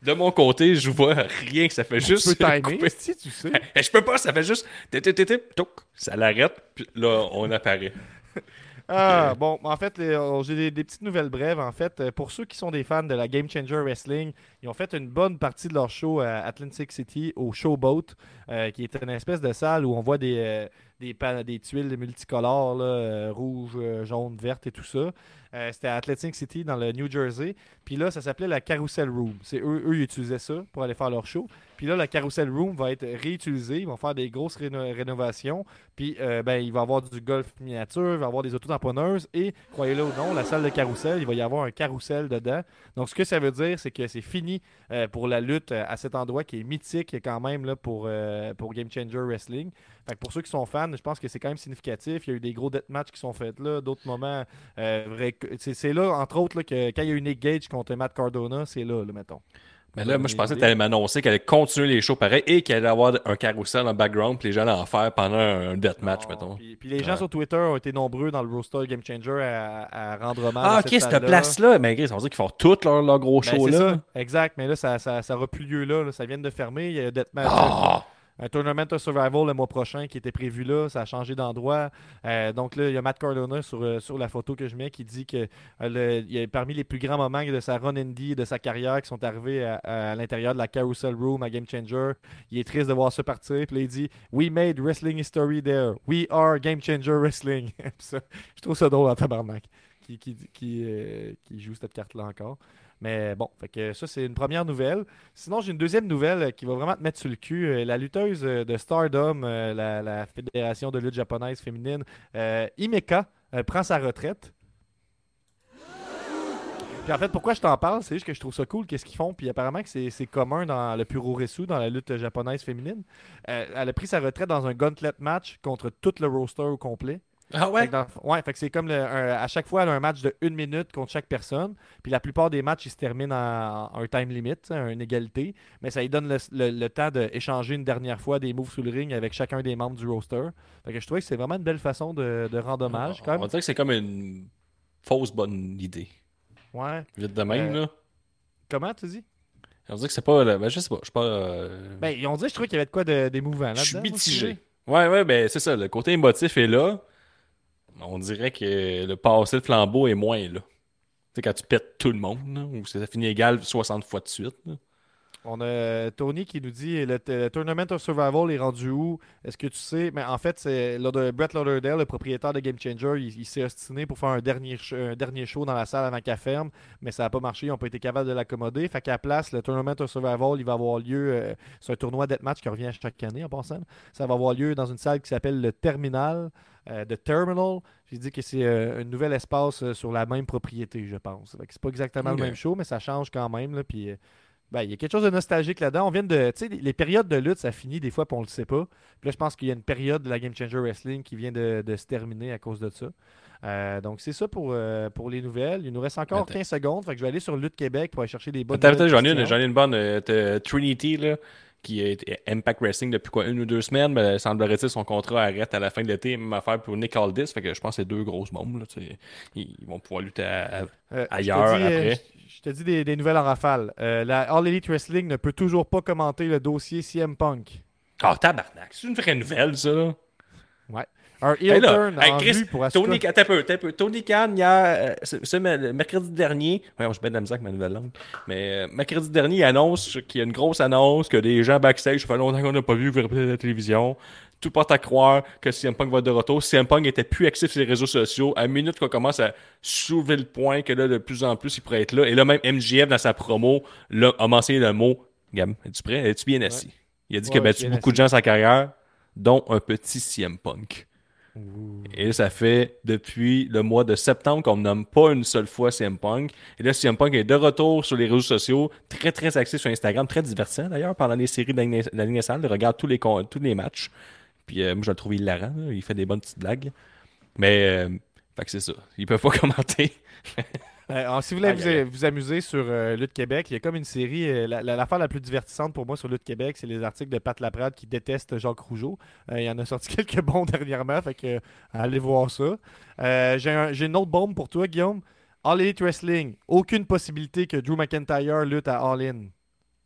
De mon côté, je vois rien que ça fait juste. Tu peux timer, couper. si tu sais. Je peux pas, ça fait juste. Ça l'arrête, puis là, on apparaît. Ah, bon, en fait, j'ai des petites nouvelles brèves. En fait, pour ceux qui sont des fans de la Game Changer Wrestling, ils ont fait une bonne partie de leur show à Atlantic City au Showboat, qui est une espèce de salle où on voit des tuiles multicolores, là, rouge, jaune, verte et tout ça. C'était à Atlantic City dans le New Jersey. Puis là, ça s'appelait la Carousel Room. C'est eux, ils utilisaient ça pour aller faire leur show. Puis là, la Carousel Room va être réutilisée. Ils vont faire des grosses rénovations. Puis il va y avoir du golf miniature, il va y avoir des auto-tamponneuses. Et, croyez-le ou non, la salle de carrousel, il va y avoir un carrousel dedans. Donc, ce que ça veut dire, c'est que c'est fini pour la lutte à cet endroit qui est mythique quand même là, pour Game Changer Wrestling. Fait que pour ceux qui sont fans, je pense que c'est quand même significatif. Il y a eu des gros deathmatchs qui sont faits là, d'autres moments. C'est là, entre autres, là, que quand il y a eu Nick Gage contre Matt Cardona, c'est là, mettons. Mais là, moi, je pensais que tu allais m'annoncer qu'elle allait continuer les shows pareil et qu'elle allait avoir un carousel en background puis les gens allaient en faire pendant un deathmatch, mettons. Puis les gens sur Twitter ont été nombreux dans le roster Game Changer à rendre hommage à ok, cette place-là, mais ça veut dire qu'ils font tout leur gros show là. Ça, exact, mais là, ça n'aura plus lieu là, ça vient de fermer. Il y a un deathmatch. Un Tournament of Survival le mois prochain qui était prévu là, ça a changé d'endroit. Donc là, il y a Matt Cardona sur la photo que je mets qui dit que il y a parmi les plus grands moments de sa run indie, de sa carrière qui sont arrivés à l'intérieur de la Carousel Room à Game Changer. Il est triste de voir ça partir. Puis là, il dit « We made wrestling history there. We are Game Changer Wrestling. » Je trouve ça drôle en tabarnak qui joue cette carte-là encore. Mais bon, fait que ça, c'est une première nouvelle. Sinon, j'ai une deuxième nouvelle qui va vraiment te mettre sur le cul. La lutteuse de Stardom, la fédération de lutte japonaise féminine, Himeka, prend sa retraite. Puis en fait, pourquoi je t'en parle, c'est juste que je trouve ça cool, qu'est-ce qu'ils font. Puis apparemment que c'est commun dans le puroresu, dans la lutte japonaise féminine. Elle a pris sa retraite dans un gauntlet match contre tout le roster au complet. Ah ouais? Fait que c'est comme à chaque fois, elle a un match de 1 minute contre chaque personne. Puis la plupart des matchs, ils se terminent en un time limit, une égalité. Mais ça lui donne le temps d'échanger une dernière fois des moves sous le ring avec chacun des membres du roster. Fait que je trouvais que c'est vraiment une belle façon de rendre hommage. On dirait que c'est comme une fausse bonne idée. Ouais. Vite de même, là. Comment tu dis? On dirait que c'est pas... Ben, je sais pas. Je suis pas... Ben, on dirait, je trouvais qu'il y avait de quoi d'émouvant là-dedans. Je suis mitigé. Ouais, ben c'est ça. Le côté émotif est là. On dirait que le passer le flambeau est moins là. Tu sais, quand tu pètes tout le monde, là, ou ça finit égal 60 fois de suite. Là. On a Tony qui nous dit le Tournament of Survival est rendu où? Est-ce que tu sais? Mais en fait, c'est Brett Lauderdale, le propriétaire de Game Changer, il s'est ostiné pour faire un dernier show dans la salle avant qu'elle ferme, mais ça n'a pas marché, ils n'ont pas été capables de l'accommoder. Fait qu'à la place, le Tournament of Survival, il va avoir lieu. C'est un tournoi deathmatch qui revient chaque année en passant. Ça va avoir lieu dans une salle qui s'appelle le Terminal. The Terminal. J'ai dit que c'est un nouvel espace sur la même propriété, je pense. Fait que c'est pas exactement le même show, mais ça change quand même. Là, puis, il y a quelque chose de nostalgique là-dedans. On vient de. Tu sais, les périodes de lutte, ça finit des fois, puis on le sait pas. Puis là, je pense qu'il y a une période de la Game Changer Wrestling qui vient de se terminer à cause de ça. Donc, c'est ça pour les nouvelles. Il nous reste encore 15 secondes. Fait que je vais aller sur Lutte Québec pour aller chercher des bonnes nouvelles. J'en ai une bonne. Trinity, là, qui est Impact Wrestling depuis quoi, 1 ou 2 semaines. Mais semblerait-il son contrat arrête à la fin de l'été. Même affaire pour Nick Aldis. Fait que je pense que c'est 2 grosses bombes. Là, ils vont pouvoir lutter ailleurs après. Je te dis des nouvelles en rafale. La All Elite Wrestling ne peut toujours pas commenter le dossier CM Punk. Ah, tabarnak. C'est une vraie nouvelle, ça. Là. Ouais. Un heel turn en vue pour Tony Khan, le mercredi dernier, je mets de la musique avec ma nouvelle langue, mais mercredi dernier, il annonce qu'il y a une grosse annonce, que des gens backstage, ça fait longtemps qu'on n'a pas vu, vous répétez la télévision. Tout porte à croire que CM Punk va être de retour. CM Punk était plus actif sur les réseaux sociaux. À la minute qu'on commence à soulever le point que là, de plus en plus, il pourrait être là. Et là, même MJF, dans sa promo, là, a mentionné le mot. Gab, es-tu prêt? Es-tu bien assis? Ouais. Il a dit qu'il a battu beaucoup de gens dans sa carrière, dont un petit CM Punk. Ouh. Et là, ça fait depuis le mois de septembre qu'on ne nomme pas une seule fois CM Punk. Et là, CM Punk est de retour sur les réseaux sociaux, très très actif sur Instagram, très divertissant d'ailleurs pendant les séries de la Ligue nationale. Il regarde tous les matchs. Puis moi, je le trouve hilarant. Là. Il fait des bonnes petites blagues. Mais, fait que c'est ça. Ils peuvent pas commenter. Alors, si vous voulez vous amuser sur Lutte Québec, il y a comme une série. L'affaire la plus divertissante pour moi sur Lutte Québec, c'est les articles de Pat Laprade qui déteste Jacques Rougeau. Il y en a sorti quelques bons dernièrement. Fait que allez voir ça. J'ai une autre bombe pour toi, Guillaume. All Elite Wrestling. Aucune possibilité que Drew McIntyre lutte à All In.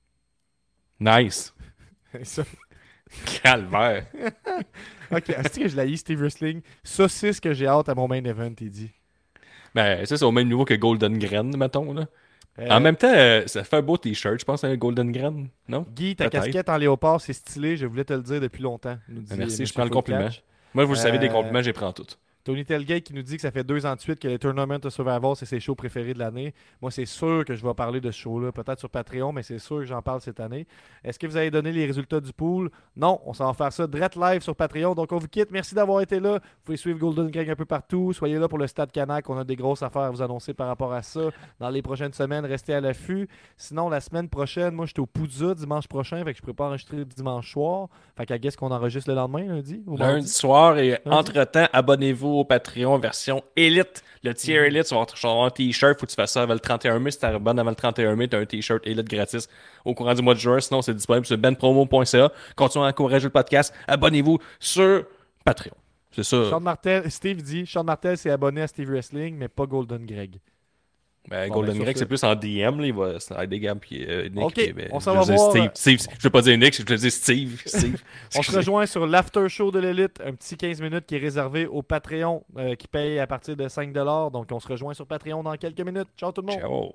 Nice. Ça. Calvaire. Ok, est-ce que je l'ai Steve Wrestling? Saucisse que j'ai hâte à mon main event, il dit. Ben, ça, c'est au même niveau que Golden Grain, mettons, là. En même temps, ça fait un beau t-shirt, je pense, un Golden Grain, non? Guy, ta casquette en léopard, c'est stylé. Je voulais te le dire depuis longtemps. Nous dit, merci, je prends le compliment. Moi, vous le savez, des compliments, j'y prends toutes. Tony Telgate qui nous dit que ça fait 2 ans de suite que les Tournament of Survival, c'est ses shows préférés de l'année. Moi, c'est sûr que je vais parler de ce show-là, peut-être sur Patreon, mais c'est sûr que j'en parle cette année. Est-ce que vous avez donné les résultats du pool? Non, on s'en va faire ça direct live sur Patreon. Donc, on vous quitte. Merci d'avoir été là. Vous pouvez suivre Golden Greg un peu partout. Soyez là pour le Stade Canac. On a des grosses affaires à vous annoncer par rapport à ça. Dans les prochaines semaines, restez à l'affût. Sinon, la semaine prochaine, moi, je suis au Poudza dimanche prochain. Fait que je ne peux pas enregistrer dimanche soir. Fait qu'à guess qu'on enregistre le lendemain, lundi? Lundi soir. Et entre-temps, abonnez-vous au Patreon version Elite. Le tier Elite, tu vas avoir un t-shirt. Faut que tu fasses ça avant le 31 mai. Si tu abonnes avant le 31 mai, tu as un t-shirt Elite gratis au courant du mois de juin. Sinon, c'est disponible sur benpromo.ca. Continuez à encourager le podcast. Abonnez-vous sur Patreon. C'est ça. Sean Martel, Steve dit Sean Martel s'est abonné à Steve Wrestling, mais pas Golden Greg. Ben, Golden Greg, c'est plus en DM. Là, il va avec des gars. Puis Nick. Ok, ben, on s'en va voir. Steve. Je ne veux pas dire Nick, je veux dire Steve. On se rejoint sur l'after show de l'élite, un petit 15 minutes qui est réservé au Patreon qui paye à partir de 5$. Donc, on se rejoint sur Patreon dans quelques minutes. Ciao tout le monde. Ciao.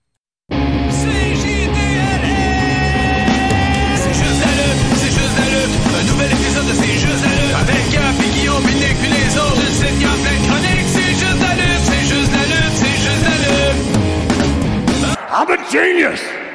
C'est juste la lutte, c'est juste la lutte. Un nouvel épisode de C'est juste la lutte. Avec Gap et Guillaume, Nick puis les autres. Une sitcom pleine de chroniques. C'est juste la lutte, c'est juste la lutte, c'est juste la lutte. I'm a genius!